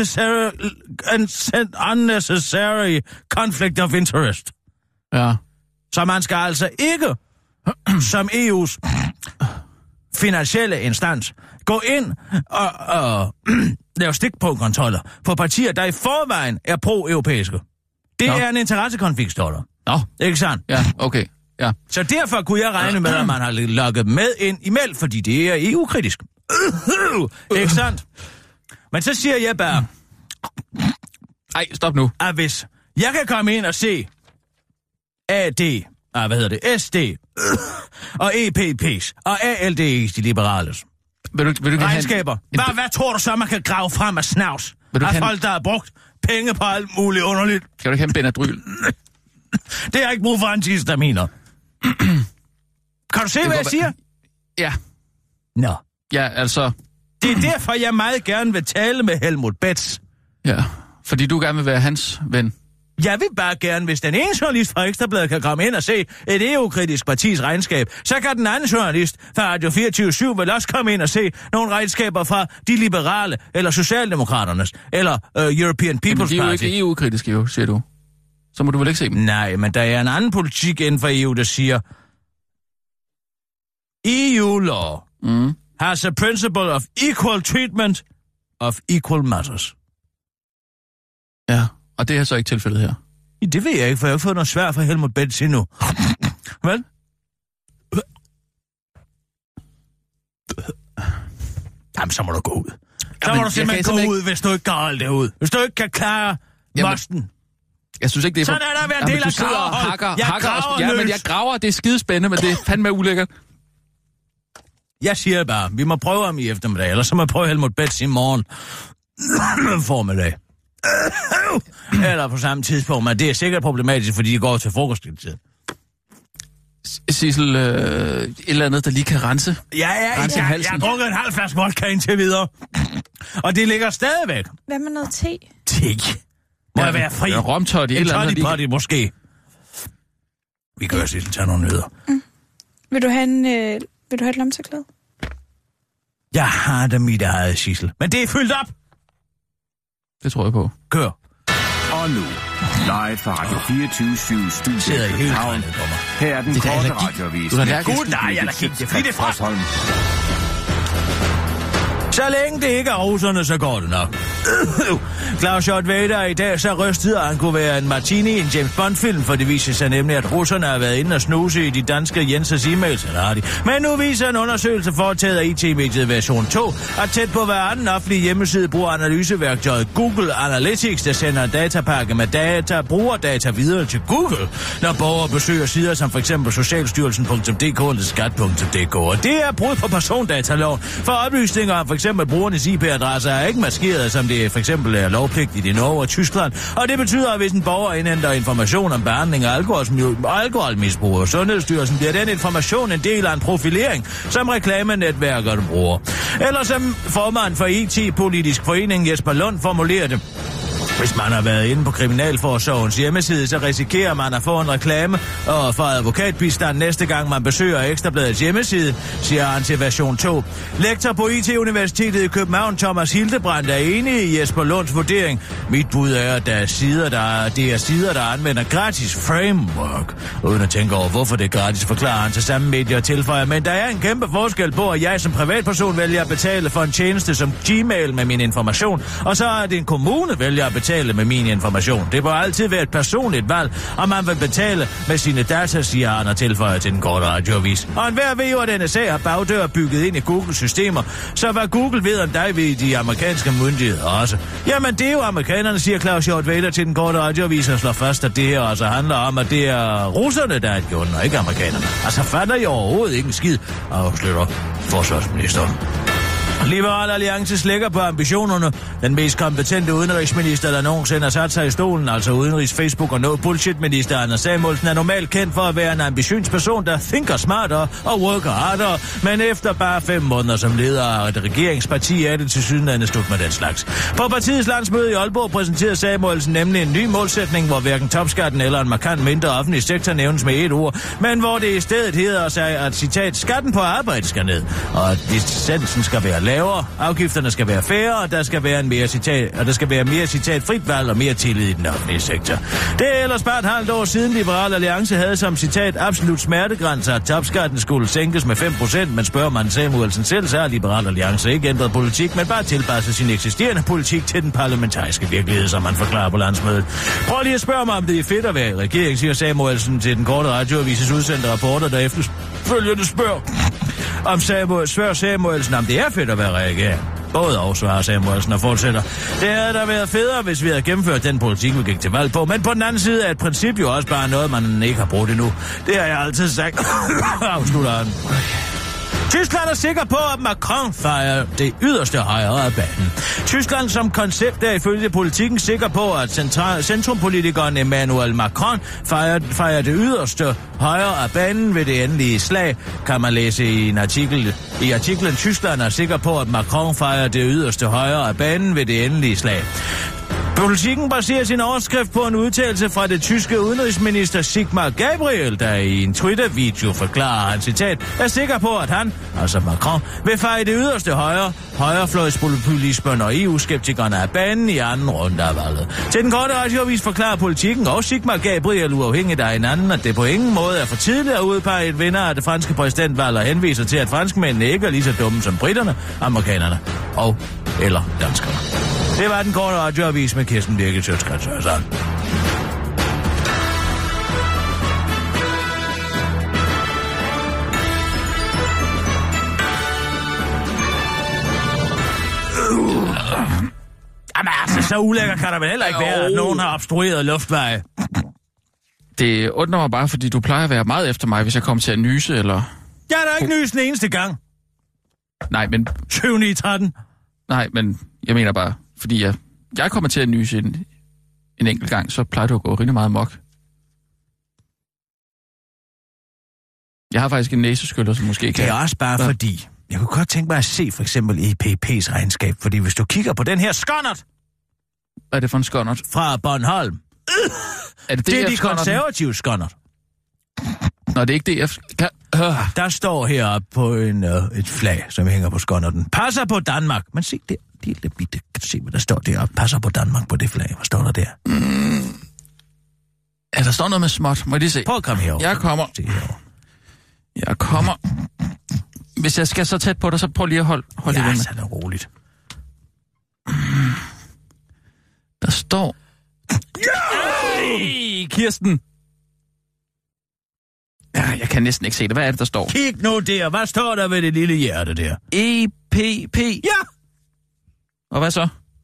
unnecessary conflict of interest. Ja. Så man skal altså ikke, som EU's finansielle instans, gå ind og lave stikpunktkontroller på partier, der i forvejen er pro-europæiske. Det er en interessekonflikt, står der. Nå. Ikke sandt? Ja, okay. Ja. Så derfor kunne jeg regne med, at man har lukket med ind imellem, fordi det er EU-kritisk. Ikke sandt? Men så siger jeg bare... Ej, stop nu. At hvis jeg kan komme ind og se... SD, og EPP's, og ALD's, de liberales. Vil du regnskaber. Hvad tror du så, man kan grave frem af snavs? Af folk, der har brugt penge på alt muligt underligt. Kan du ikke have en Benadryl? Det har ikke brug for antihistaminer. Kan du se, hvad jeg siger? Ja. Nå. Ja, altså... Det er derfor, jeg meget gerne vil tale med Helmut Betz. Ja, fordi du gerne vil være hans ven. Jeg vil bare gerne, hvis den ene journalist fra Ekstrabladet kan komme ind og se et EU-kritisk partis regnskab, så kan den anden journalist fra Radio 24/7 vel også komme ind og se nogle regnskaber fra de liberale, eller Socialdemokraternes, eller European People's Party. Men de er jo ikke EU-kritiske, jo, siger du. Så må du vel ikke se dem? Nej, men der er en anden politik inden for EU, der siger, EU law has a principle of equal treatment of equal matters. Ja. Og det er så ikke tilfældet her? Det ved jeg ikke, for jeg har ikke fået noget svært fra Helmut Betz endnu. Vel? Jamen, så må du gå ud. Så må du simpelthen gå ud, hvis du ikke kan holde det ud. Hvis du ikke kan klare mosten. Jeg synes ikke, det er... Sådan er der at være en del af graverhold. Ja, men jeg graver, det er skidespændende, men det er fandme ulækkert. Jeg siger bare, vi må prøve ham i eftermiddag, eller så må jeg prøve Helmut Betz i morgen formiddag. Eller på samme tidspunkt, men det er sikkert problematisk, fordi de går til frokosttid. Sissel, et eller andet, der lige kan rense? Jeg har drukket en halv flaske vodka indtil videre. Og det ligger stadigvæk. Hvad med noget te? Te? Må jeg være fri? Romtoddy, et eller andet. En toddy måske. Vi kan jo Sissel tage nogle nyheder. Vil du have et lomterklæde? Jeg har det mit eget, Sissel. Men det er fyldt op! Det tror jeg på. Kør. Og nu, live fra Radio 24/7 Studio i København. Her er den korte radioavis. Gud, nej, jeg er helt det. Det fra. Så længe det ikke er roserne, så går det nok. Claus Hjort Vader i dag så rystede, at han kunne være en martini i en James Bond-film, for det viser sig nemlig, at russerne har været inde og snuse i de danske Jensers e-mails, eller har de. Men nu viser en undersøgelse foretaget af IT-mediet version 2, at tæt på hver anden offentlige hjemmeside bruger analyseværktøjet Google Analytics, der sender en datapakke med brugerdata videre til Google, når borgere besøger sider som f.eks. socialstyrelsen.dk eller skat.dk. Og det er brud på persondataloven for oplysninger om f.eks. eksempel brugernes IP-adresser er ikke maskeret, som det for eksempel er lovpligtigt i Norge og Tyskland. Og det betyder, at hvis en borger indhenter information om behandling af alkoholmisbrug og Sundhedsstyrelsen, bliver den information en del af en profilering, som reklamenetværkerne bruger. Eller som formand for IT-politisk forening Jesper Lund formulerer det. Hvis man har været inde på Kriminalforsorgens hjemmeside, så risikerer man at få en reklame og få advokatbistand næste gang man besøger Ekstrabladets hjemmeside, siger han til version 2. Lektor på IT-universitetet i København, Thomas Hildebrandt, er enig i Jesper Lunds vurdering. Mit bud er, at det er sider, der anvender gratis framework. Uden at tænke over, hvorfor det er gratis, forklarer han til samme medier og tilføjer. Men der er en kæmpe forskel på, at jeg som privatperson vælger at betale for en tjeneste som Gmail med min information, og så er det en kommune vælger at betale med min information. Det bør altid være et personligt valg, om man vil betale med sine data, siger han og tilføjer til den korte radioavis. Og enhver ved jo, at NSA har bagdør bygget ind i Google-systemer, så hvad Google ved om dig, ved de amerikanske myndigheder også. Jamen, det er jo amerikanerne, siger Claus Hjort Vader til den korte radioavis og slår fast, at det her også handler om, at det er russerne, der er et onde, og ikke amerikanerne. Altså fatter I overhovedet ikke en skid, afslutter forsvarsministeren. Liberal Alliance slækker på ambitionerne. Den mest kompetente udenrigsminister, der nogensinde har sat sig i stolen, altså udenrigs, Facebook og no bullshit-minister Anders Samuelsen, er normalt kendt for at være en ambitiøs person, der thinker smartere og worker hardere, men efter bare 5 måneder som leder af et regeringsparti er det tilsyneladende slut med den slags. På partiets landsmøde i Aalborg præsenterede Samuelsen nemlig en ny målsætning, hvor hverken topskatten eller en markant mindre offentlig sektor nævnes med et ord, men hvor det i stedet hedder sig, at citat, skatten på arbejde skal ned, og at licensen skal være lavere, afgifterne skal være færre, og der skal være mere citat frit valg og mere tillid i den offentlige sektor. Det er ellers bare et halvt år siden Liberal Alliance havde som citat absolut smertegrænser, at topskatten skulle sænkes med 5%, men spørger man Samuelsen selv, så har Liberal Alliance ikke ændret politik, men bare tilpasset sin eksisterende politik til den parlamentariske virkelighed, som man forklarer på landsmødet. Prøv lige at spørge mig, om det er fedt at være i regering, siger Samuelsen til den korte radioavises udsendte rapporter, der efterfølgende spørger Samuelsen, om det er fedt at være regering. Både og, svarer Samuelsen og fortsætter. Det havde da været federe, hvis vi havde gennemført den politik, vi gik til valg på. Men på den anden side er et princip jo også bare noget, man ikke har brugt endnu. Det har jeg altid sagt. Afslutter han. Tyskland er sikker på, at Macron fejrer det yderste højre af banen. Tyskland som koncept er ifølge politikken sikker på, at centrumpolitikeren Emmanuel Macron fejrer det yderste højre af banen ved det endelige slag, kan man læse i en artikel. I artiklen Tyskland er sikker på, at Macron fejrer det yderste højre af banen ved det endelige slag. Politikken baserer sin overskrift på en udtalelse fra det tyske udenrigsminister Sigmar Gabriel, der i en Twitter-video forklarer, han citat, er sikker på, at han, altså Macron, vil fejre det yderste højrefløjspopulismen og EU-skeptikerne af banen i anden runde af valget. Til den korte radioavis forklarer politikken og Sigmar Gabriel uafhængigt af hinanden, at det på ingen måde er for tidligt at udpege et vinder af det franske præsidentvalg og henviser til, at franskmændene ikke er lige så dumme som britterne, amerikanerne og eller danskerne. Det var den korte radioavis med Kirsten Birgit Sjøtskrets Hørsson. Jamen altså, så ulækker kan der vel heller ikke være, at nogen har obstrueret luftveje. Det undrer mig bare, fordi du plejer at være meget efter mig, hvis jeg kommer til at nyse, eller... Jeg er da ikke nyst den eneste gang. Nej, men... 7-9-13. Nej, men jeg mener bare... Fordi jeg kommer til at nyse en enkelt gang, så plejer du at gå rigtig meget mok. Jeg har faktisk en næseskylder, som måske kan... Det er også bare fordi... Jeg kunne godt tænke mig at se for eksempel EPP's regnskab, fordi hvis du kigger på den her skonnert... Hvad er det for en skonnert? Fra Bornholm. Det er de konservative skonnert. Nå, det er ikke DF. Der står heroppe på et flag, som hænger på skonnerten. Passer på Danmark. Men se der. Lille bitte. Kan du se, hvad der står deroppe? Passer på Danmark på det flag. Hvad står der der? Ja, der står noget med småt. Må jeg lige se? Prøv at komme herover. Jeg kommer. Hvis jeg skal så tæt på dig, så prøv lige at holde det med. Ja, så er det roligt. Der står... Hey, Kirsten! Ja, jeg kan næsten ikke se det. Hvad er det, der står? Kig nu der. Hvad står der ved det lille hjerte der? EPP. Ja! Og hvad så?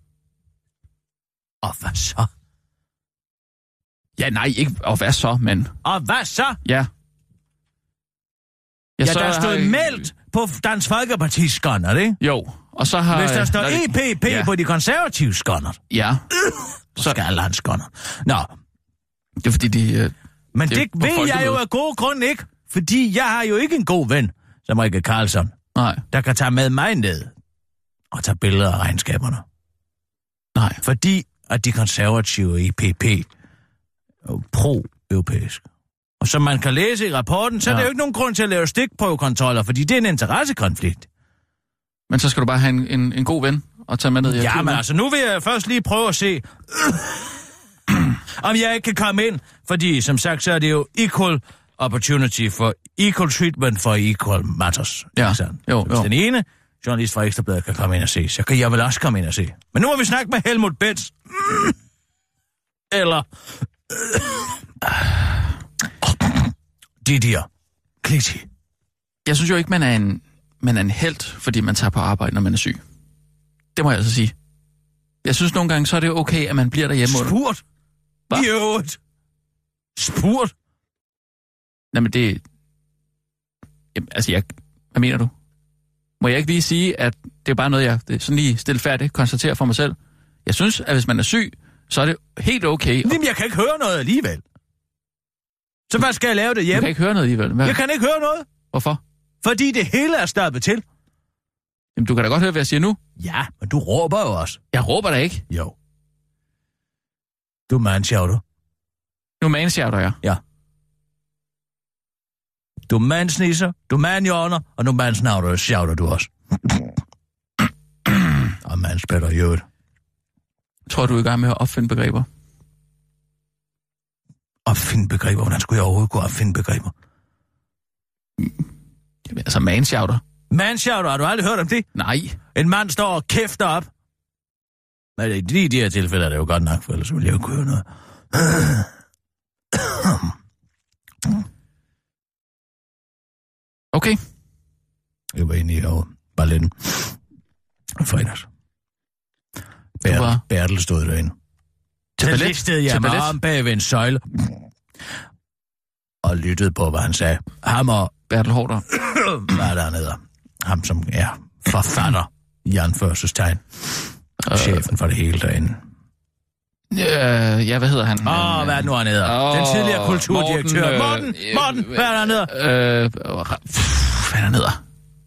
Og hvad så? Ja, nej, ikke og hvad så, men... Og hvad så? Ja. Ja, der stod meldt på Dansk Folkepartis skånder, ikke? Jo, og så har... Hvis der står EPP på de konservative skånder, Ja. så skal alle hans skånder. Nå, Det er fordi, de... men det er det på vil jeg jo folkemødet. af gode grunde ikke, fordi jeg har jo ikke en god ven, som Rikke Karlsson, Nej. der kan tage med mig ned og tage billeder af regnskaberne. Nej. Fordi at de konservative i EPP er jo pro-europæisk. Og som man kan læse i rapporten, så er der jo ikke nogen grund til at lave stikprøvekontroller, fordi det er en interessekonflikt. Men så skal du bare have en god ven og tage med ned i Ja, arkivet. men altså, nu vil jeg først lige prøve at se, om jeg ikke kan komme ind, fordi som sagt, så er det jo equal opportunity for equal treatment for equal matters. Ja, Ikke sandt? jo. Hvis den ene journalist fra Ekstrabladet kan komme ind og se, så kan jeg vel også komme ind og se. Men nu må vi snakke med Helmut Benz. Eller... Didier Kliti. Jeg synes jo ikke, man er en helt, fordi man tager på arbejde, når man er syg. Det må jeg altså sige. Jeg synes nogle gange, så er det okay, at man bliver derhjemme. Spurt. Hva? I øvrigt. Spurt. Jamen det... Jamen, altså, hvad mener du? Må jeg ikke lige sige, at det er bare noget, det er sådan lige stilfærdigt konstaterer for mig selv. Jeg synes, at hvis man er syg, så er det helt okay. Jamen, jeg kan ikke høre noget alligevel. Så hvad skal jeg lave det Du hjemme? kan ikke høre noget alligevel. Hvad? Jeg kan ikke høre noget, Hvorfor? fordi det hele er stoppet til. Jamen, du kan da godt høre, hvad jeg siger nu. Ja, men du råber jo også. Jeg råber da ikke. Jo. Du manshouter. Nu manshouter jeg. Ja. Du mansnisser, du manhjørner, og nu mansnauter shouter du også. Og manspætter i øvrigt. Tror du er i gang med at opfinde begreber? Opfinde begreber? Hvordan skulle jeg overhovedet kunne opfinde begreber? Jamen, altså manshouter. Manshouter, har du aldrig hørt om det? Nej. En mand står og kæfter op. Men i de her tilfælde er det jo godt nok, for ellers ville jeg jo kunne høre noget. Okay. Jeg var inde i balletten. Fredags. var- Bertel stod derinde. Til Så ballet? listede jeg Til mig ballet? om bag ved en søjle. Og lyttede på, hvad han sagde. Ham og Bertel Hårder. hvad er der nede? Ham, som er forfatter i anførselstegn. Chefen for det hele derinde. Ja, hvad hedder han? hvad er det nu, han hedder? Den tidligere kulturdirektør. Morten, hvad er der, han hedder? Hvad er han hedder?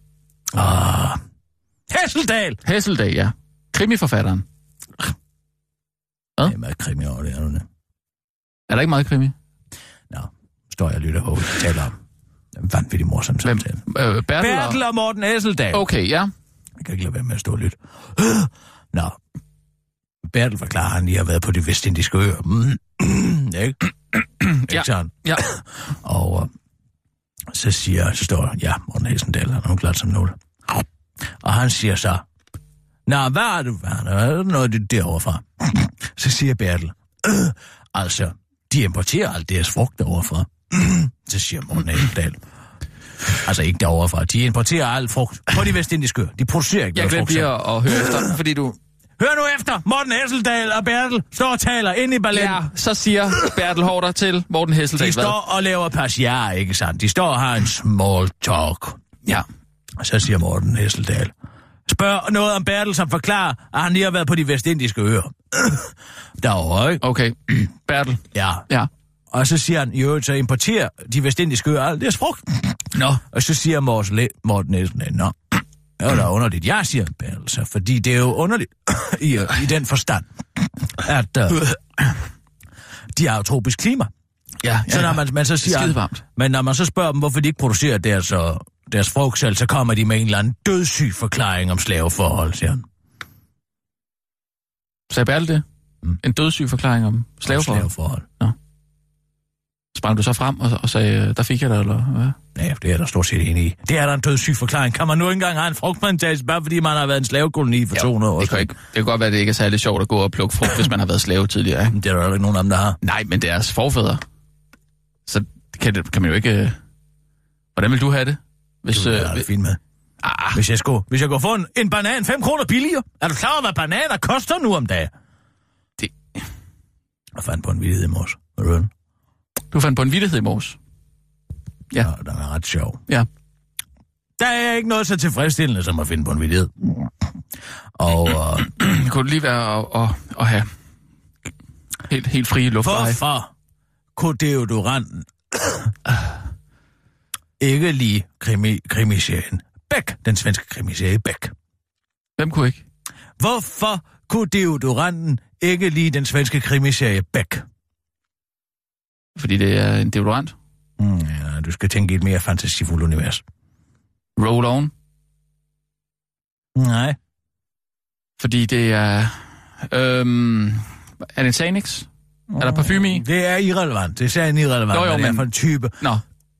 Hesseldal! Hesseldal, ja. Krimiforfatteren. Det er meget krimi over det, er du det? Er der ikke meget krimi? Nå, står jeg og lytter på, hvad vi taler om. Det er en vanvittig morsom samtale. Bertel og Morten Hesseldal. Okay, ja. Jeg kan ikke lade være med at stå og lytte. Nå. Bertel forklarer, at han lige har været på de vestindiske øer. Ikke? Ikke sådan? Ja. Og så står Morten Hesseldal, han er glad som nul. Og han siger så, nå, hvad er det? Er det noget derovre fra? Så siger Bertel, altså, de importerer alt deres frugt derovre fra. Så siger Morten Hesseldal, altså ikke derovre fra, de importerer alt frugt på de vestindiske øer. De producerer ikke Jeg noget frugt. glemte lige at høre efter, fordi du... Hør nu efter, Morten Hesseldal og Bertel står og taler inde i balletten. Ja, så siger Bertel Hårder til Morten Hesseldal. De står og laver passiar, ikke sandt? De står og har en small talk. Ja. Og så siger Morten Hesseldal, spørg noget om Bertel, som forklarer, at han lige har været på de vestindiske øer. Derovre, ikke? Okay, Bertel. Ja. Ja. Og så siger han, jo, så importerer de vestindiske øer alt deres frugt. Nå. Og så siger Morten Hesseldal, nå, det er da underligt. Jeg siger Bertel, så, fordi det er jo underligt i den forstand, at de har jo tropisk klima. Ja, Så når man så siger, skidevarmt. men når man så spørger dem, hvorfor de ikke producerer deres frugt selv, så kommer de med en eller anden dødssyg forklaring om slaveforhold, siger han. Sagde Bertel det? En dødssyg forklaring om slaveforhold. Sprang du så frem og sagde, der fik jeg det, eller hvad? Ja, det er der stort set enig i. Det er der en dødssyg forklaring. Kan man nu ikke engang have en frugtplantage, bare fordi man har været en slavekoloni for 200 år? Det kan godt være, at det ikke er særlig sjovt at gå og plukke frugt, hvis man har været slave tidligere, ikke? Det er der jo ikke nogen af dem, der har. Nej, men deres forfædre. Så kan man jo ikke... Hvordan vil du have det? Hvis, Det er fint med. Hvis jeg kunne få en banan 5 kroner billigere. Er du klar over, hvad bananer koster nu om dagen? Det... Jeg fandt på en vittighed i morges. Du fandt på en vittighed i morges? Ja. Ja, den er ret sjov. Ja. Der er ikke noget så tilfredsstillende som at finde på en vittighed. Og kunne det lige være at have helt frie luftveje? hvorfor kunne deodoranten ikke lige krimiserien Beck, den svenske krimiserie Beck? Hvem kunne ikke? Hvorfor kunne deodoranten ikke lide den svenske krimiserie Beck? Fordi det er en deodorant. Ja, du skal tænke i et mere fantasifuldt univers. Roll on. Nej. Fordi det er... er det Sanix? Er der parfume i? Det er irrelevant. Det er en irrelevant. Jo, men... men... for en type. Nå.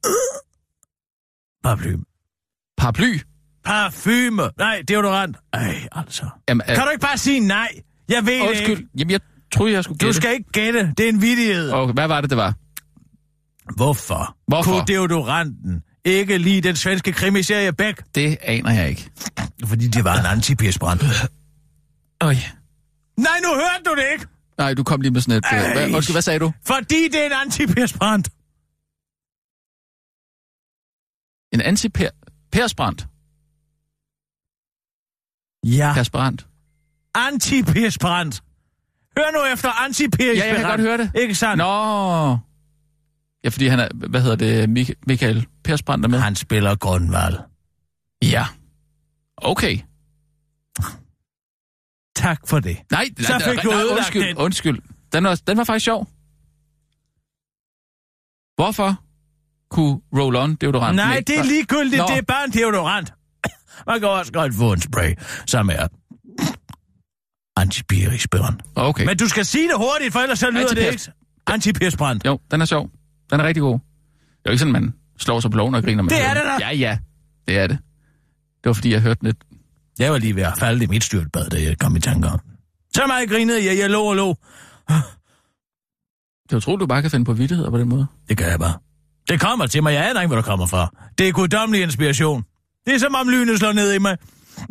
Paraply. Parfume? Nej, deodorant. Ej, altså. Jamen, kan du ikke bare sige nej? Jeg ved det ikke. Jamen, jeg troede, jeg skulle gætte. Du skal ikke gætte. Det er en vittighed. Okay, hvad var det var? Hvorfor kunne deodoranten ikke lide den svenske krimiserie Beck? Det aner jeg ikke. Fordi det var en antipersbrand. Øj. Nej, nu hørte du det ikke. Nej, du kom lige med sådan et... Hvad sagde du? Fordi det er en antipersbrand. En antipersbrand? Ja. Persbrand. Antipersbrand. Hør nu efter antipersbrand. Ja, jeg kan godt høre det. Ikke sandt? Nå. Ja, fordi han er... Hvad hedder det? Michael Persbrand er med. Han spiller Grønvald. Ja. Okay. Tak for det. Nej, så fik du ødelagt den. Undskyld. Den var faktisk sjov. Hvorfor kunne roll-on deodorant... Nej, det er ligegyldigt. Det er bare en deodorant. Man kan også godt få en spray, som er antipersbrand. Okay. Men du skal sige det hurtigt, for ellers så lyder det ikke. Antipersbrand. Jo, den er sjov. Den er rigtig god. Det er jo ikke sådan, man slår sig på loven og griner med. Det er det da. Ja. Det er det. Det var fordi, jeg hørte lidt. Jeg var lige ved at falde i mit styrtbad, da jeg kom i tanker om. Så meget grinede jeg lå. Det er utroligt, du bare kan finde på vittigheder på den måde. Det kan jeg bare. Det kommer til mig. Jeg aner ikke, hvor der kommer fra. Det er guddommelig inspiration. Det er som om lynet slår ned i mig.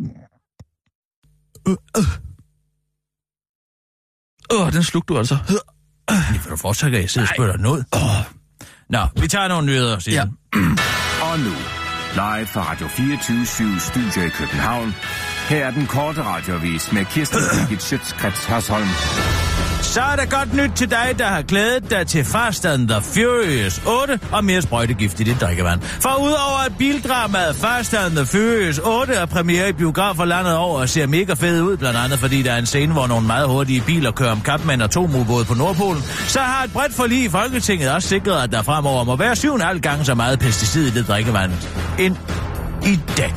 Den slugte du altså. Det får du fortsat, at jeg sidder og spørger dig noget. Nå, vi tager nogle nyheder, siger ja. Og nu, live fra Radio 24/7 Studio i København. Her er den korte radioavis med Kirsten Birgit Schøtz-Krets Hørsholm. Så er der godt nyt til dig, der har glædet dig til Fast and the Furious 8 og mere sprøjtegift i dit drikkevand. For udover at bildramaet Fast and the Furious 8 er premiere i biografer landet over og ser mega fed ud, blandt andet fordi der er en scene, hvor nogle meget hurtige biler kører om kap med en atomubåd på Nordpolen, så har et bredt forlig i Folketinget også sikret, at der fremover må være 7,5 gange så meget pesticid i det drikkevand end i dag.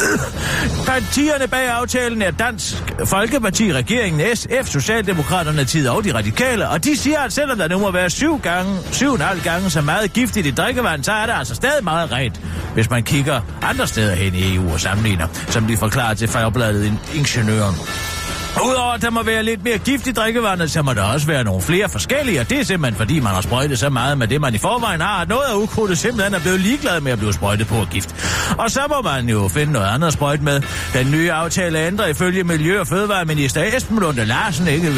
Partierne bag aftalen er Dansk Folkeparti, regeringen, SF, Socialdemokraterne, Tid og de Radikale, og de siger, at selvom der nu må være 7,5 gange så meget giftigt i drikkevand, så er det altså stadig meget rent, hvis man kigger andre steder hen i EU og sammenligner, som de forklarer til Fagbladet Ingeniøren. Udover at der må være lidt mere gift i drikkevandet, så må der også være nogle flere forskellige, og det er simpelthen fordi, man har sprøjtet så meget med det, man i forvejen har, at noget af ukrudtet simpelthen er blevet ligeglad med at blive sprøjtet på af gift. Og så må man jo finde noget andet at sprøjte med. Den nye aftale ændrer ifølge Miljø- og Fødevareminister Esben Lunde Larsen ikke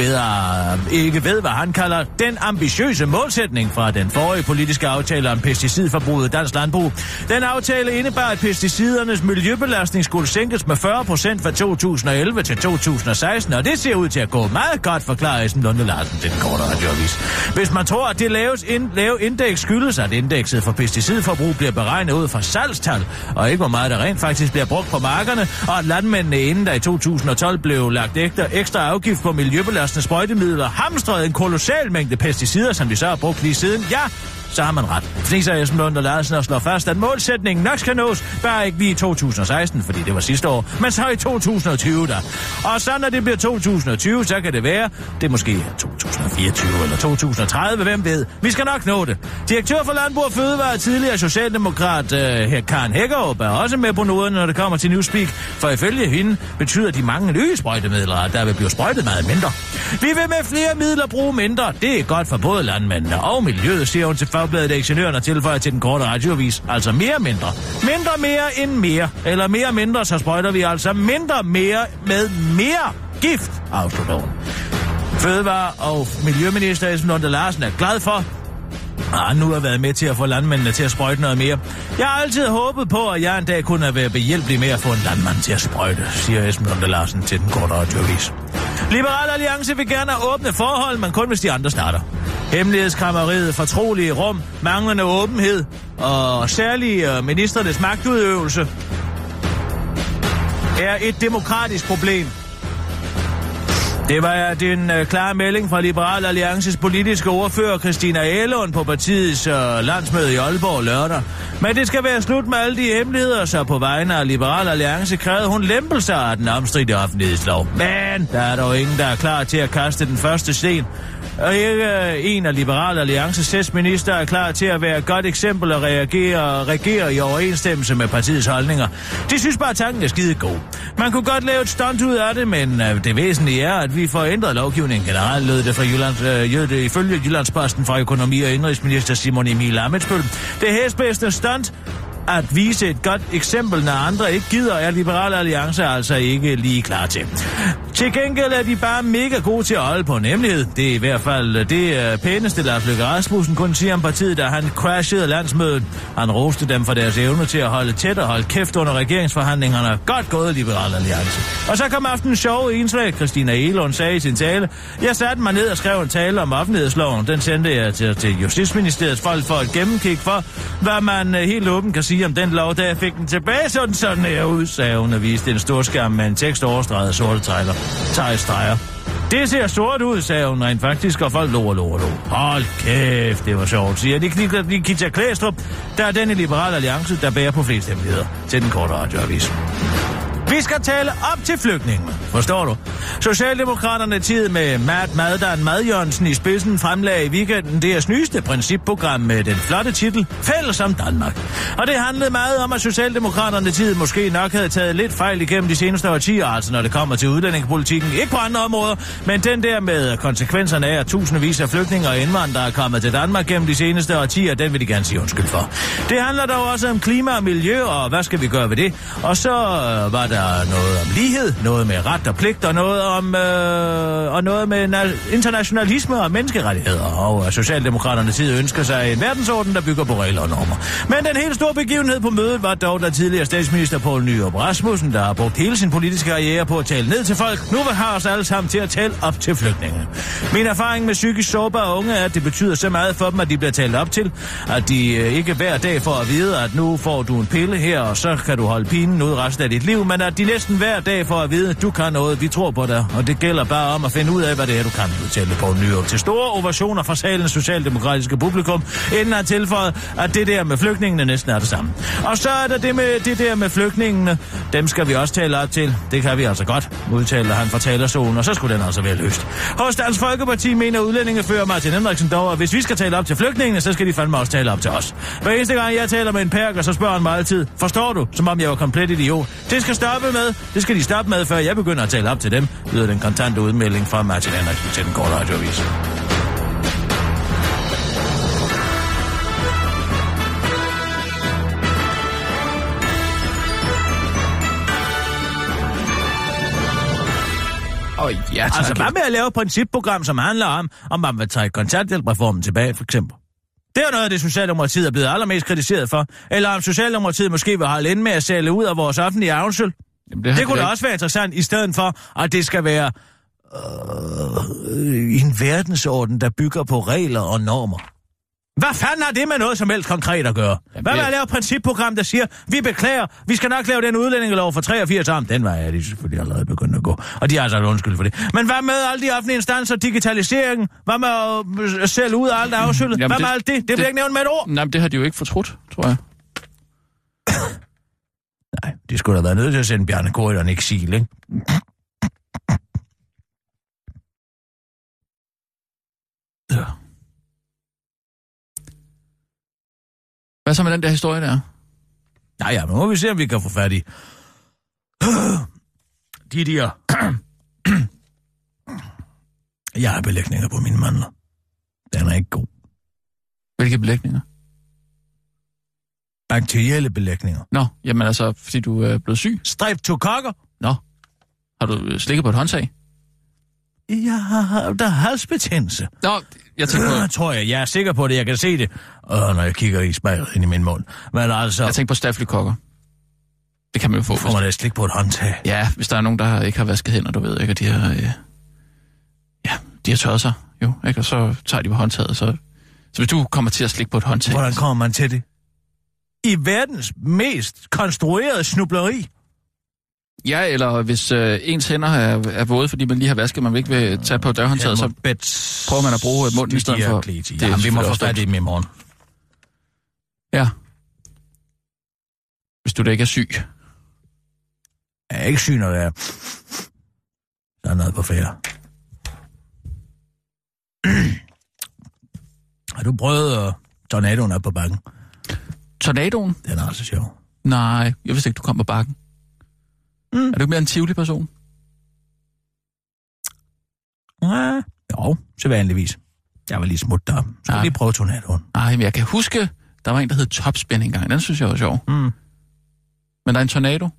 ved, hvad han kalder den ambitiøse målsætning fra den forrige politiske aftale om pesticidforbruget i dansk landbrug. Den aftale indebar, at pesticidernes miljøbelastning skulle sænkes med 40% fra 2011 til 2016, og det ser ud til at gå meget godt, forklarer Esben Lunde Larsen til den korte radioavis. Hvis man tror, at det lave indeks skyldes, at indekset for pesticidforbrug bliver beregnet ud fra salgstal, og ikke hvor meget der rent faktisk bliver brugt på markerne, og at landmændene inden der i 2012 blev lagt ekstra afgift på miljøbelastende sprøjtemidler, hamstrede en kolossal mængde pesticider, som de så har brugt lige siden, ja, så har man ret. Fniser Esben Lunde Larsen og slår fast, at målsætningen nok skal nås, bare ikke lige i 2016, fordi det var sidste år, men så i 2020 der. Og så når det bliver 2020, så kan det være, det er måske 2024 eller 2030, hvem ved. Vi skal nok nå det. Direktør for Landbrug og Fødevare, tidligere socialdemokrat Karen Hækkerup, er også med på noderne, når det kommer til Newspeak, for ifølge hende betyder de mange nye sprøjtemidler, at der vil blive sprøjtet meget mindre. Vi vil med flere midler bruge mindre. Det er godt for både landmændene og miljøet, siger hun til Fagbladet Ingeniøren og tilføjer til den korte radioavis. Altså mere mindre. Mindre mere end mere. Eller mere mindre, så sprøjter vi altså mindre mere med mere gift, afslutter hun. Fødevare- og Miljøminister Esben Lunde Larsen er glad for, nu har været med til at få landmændene til at sprøjte noget mere. Jeg har altid håbet på, at jeg en dag kunne være behjælpelig med at få en landmand til at sprøjte, siger Esben Lunde Larsen til den korte radioavis. Liberal Alliance vil gerne have åbne forhold, men kun hvis de andre starter. Hemmelighedskrammeriet, fortrolige rum, manglende åbenhed og særlig ministernes magtudøvelse er et demokratisk problem. Det var den klare melding fra Liberal Alliances politiske ordfører Christina Egelund på partiets landsmøde i Aalborg lørdag. Men det skal være slut med alle de hemmeligheder, så på vegne af Liberal Alliance krævede hun lempelser af den omstridte offentlighedslov. Men der er dog ingen, der er klar til at kaste den første sten. Og ikke en af Liberal Alliances minister er klar til at være et godt eksempel og regere i overensstemmelse med partiets holdninger. De synes bare, at tanken er skide god. Man kunne godt lave et stunt ud af det, men det væsentlige er, at vi får ændret lovgivningen generelt, lød det fra ifølge Jyllandsposten fra økonomi- og indrigsminister Simon Emil Ammitzbøll. Det hæsbedste stunt at vise et godt eksempel, når andre ikke gider, er Liberal Alliance altså ikke lige klar til. Til gengæld er de bare mega gode til at holde på en hemmelighed. Det er i hvert fald det pæneste, Lars Løkke Rasmussen kunne sige om partiet, da han crashede landsmødet. Han roste dem for deres evne til at holde tæt og holde kæft under regeringsforhandlingerne. Godt gået, Liberal Alliance. Og så kom aftenens sjove indslag. Christina Egelund sagde i sin tale: jeg satte mig ned og skrev en tale om offentlighedsloven. Den sendte jeg til Justitsministeriets folk for et gennemkig for, hvad man helt åbent kan sige om den lov, da jeg fik den tilbage, sådan her ud, sagde hun og viste en stor skærm med en tekst overstreget sorte tegstreger. Det ser sort ud, sagde hun rent faktisk, og folk lå. Hold kæft, det var sjovt, siger Nikita Klæstrup, der er den i Liberal Alliance, der bærer på flest hemmeligheder, til den korte radioavis. Vi skal tale op til flygtningene, forstår du? Socialdemokraterne tid med Madan Mad Jørgensen i spidsen fremlagde i weekenden deres nyeste principprogram med den flotte titel Fælles om Danmark. Og det handlede meget om, at Socialdemokraterne tid måske nok havde taget lidt fejl igennem de seneste årtier, altså når det kommer til udlændingepolitikken. Ikke på andre områder, men den der med konsekvenserne af, at tusindvis af flygtninge og indvandrere er kommet til Danmark gennem de seneste årtier, den vil de gerne sige undskyld for. Det handler dog også om klima og miljø, og hvad skal vi gøre ved det? Og så var der noget om lighed, noget med ret og pligt, og noget med internationalisme og menneskerettigheder. Og Socialdemokraterne tid ønsker sig en verdensorden, der bygger på regler og normer. Men den helt store begivenhed på mødet var dog der tidligere statsminister Poul Nyrup Rasmussen, der har brugt hele sin politiske karriere på at tale ned til folk. Nu vil have os alle sammen til at tale op til flygtninge. Min erfaring med psykisk sårbare unge er, at det betyder så meget for dem, at de bliver talt op til, at de ikke hver dag får at vide, at nu får du en pille her, og så kan du holde pinen ud resten af dit liv, men at de næsten hver dag får at vide, at du kan noget, vi tror på dig, og det gælder bare om at finde ud af, hvad det er, du kan, udtale Poul Nyrup til store ovationer fra salens socialdemokratiske publikum, inden han tilføjede, at det der med flygtningene næsten er det samme. Og så er der det der med flygtningene, dem skal vi også tale op til. Det kan vi altså godt, udtalte han fra talerstolen, og så skulle den altså være løst. Hos Dansk Folkeparti mener udlændingefører Martin Henriksen dog, at hvis vi skal tale op til flygtningene, så skal de fandme også tale op til os. Hver eneste gang jeg taler med en perker, så spørger han mig altid: forstår du? Som om jeg var komplet idiot. Det skal de stoppe med, før jeg begynder at tale op til dem, lyder den kontante udmelding fra Martin Henriksen til den korte radioavis. Ja, tak. Altså, hvad med at lave et principprogram, som handler om man vil tage kontanthjælpreformen tilbage, for eksempel? Det er noget af det, Socialdemokratiet er blevet allermest kritiseret for. Eller om Socialdemokratiet måske vil holde inde med at sælge ud af vores offentlige avnsøl. Det kunne da også være interessant, i stedet for, at det skal være en verdensorden, der bygger på regler og normer. Hvad fanden har det med noget som helst konkret at gøre? Hvad med at lave et principprogram, der siger, vi beklager, vi skal nok lave den udlændingelov for 83 år. Den var jeg de selvfølgelig allerede begyndt at gå. Og de har altså undskyld for det. Men hvad med alle de offentlige instanser, digitaliseringen? Hvad med at sælge ud af alt afsøllet? Hvad med alt det? Det bliver ikke nævnt med et ord. Nej, det har de jo ikke fortrudt, tror jeg. Nej, de skulle da være nødt til at sende Bjarne Corydon en eksil, ikke? Ja. Hvad så med den der historie der? Ja, men må vi se, om vi kan få fat i de der... Jeg har belægninger på mine mandler. Den er ikke god. Hvilke belægninger? Bakterielle belægninger. Nå, jamen altså, fordi du er blevet syg. Streptokokker. Nå, har du slikket på et håndtag? Jeg har der halsbetændelse. Nå, Jeg tænker på... Tror jeg er sikker på det, jeg kan se det, når jeg kigger i spejlet ind i min mund. Men altså... Jeg tænker på stafylokokker. Det kan man jo få. Får man næsten ikke på et håndtag. Ja, hvis der er nogen, der ikke har vasket hænder, du ved ikke, og de har... de har tørret sig, jo, ikke? Og så tager de på håndtaget, så hvis du kommer til at slikke på et håndtag... Hvordan kommer man til det? I verdens mest konstruerede snubleri. Ja, eller hvis ens hænder er våde, fordi man lige har vasket, man ikke vil tage på dørhåndtaget, så prøver man at bruge munden i stedet for... Jamen, vi må få fat i dem i morgen. Ja. Hvis du da ikke er syg. Jeg er ikke syg, når der er noget på færre. Har du prøvet tornadoen op på bakken? Tornadoen? Den er altså sjov. Nej, jeg vidste ikke, du kom på bakken. Er du ikke mere en Tivoli-person? Ja, jo, så vanligvis. Jeg var lige smut der. Så lige prøve tornadoen. Nej, men jeg kan huske, der var en, der hed Topspin engang. Den synes jeg var sjov. Men der er en tornado.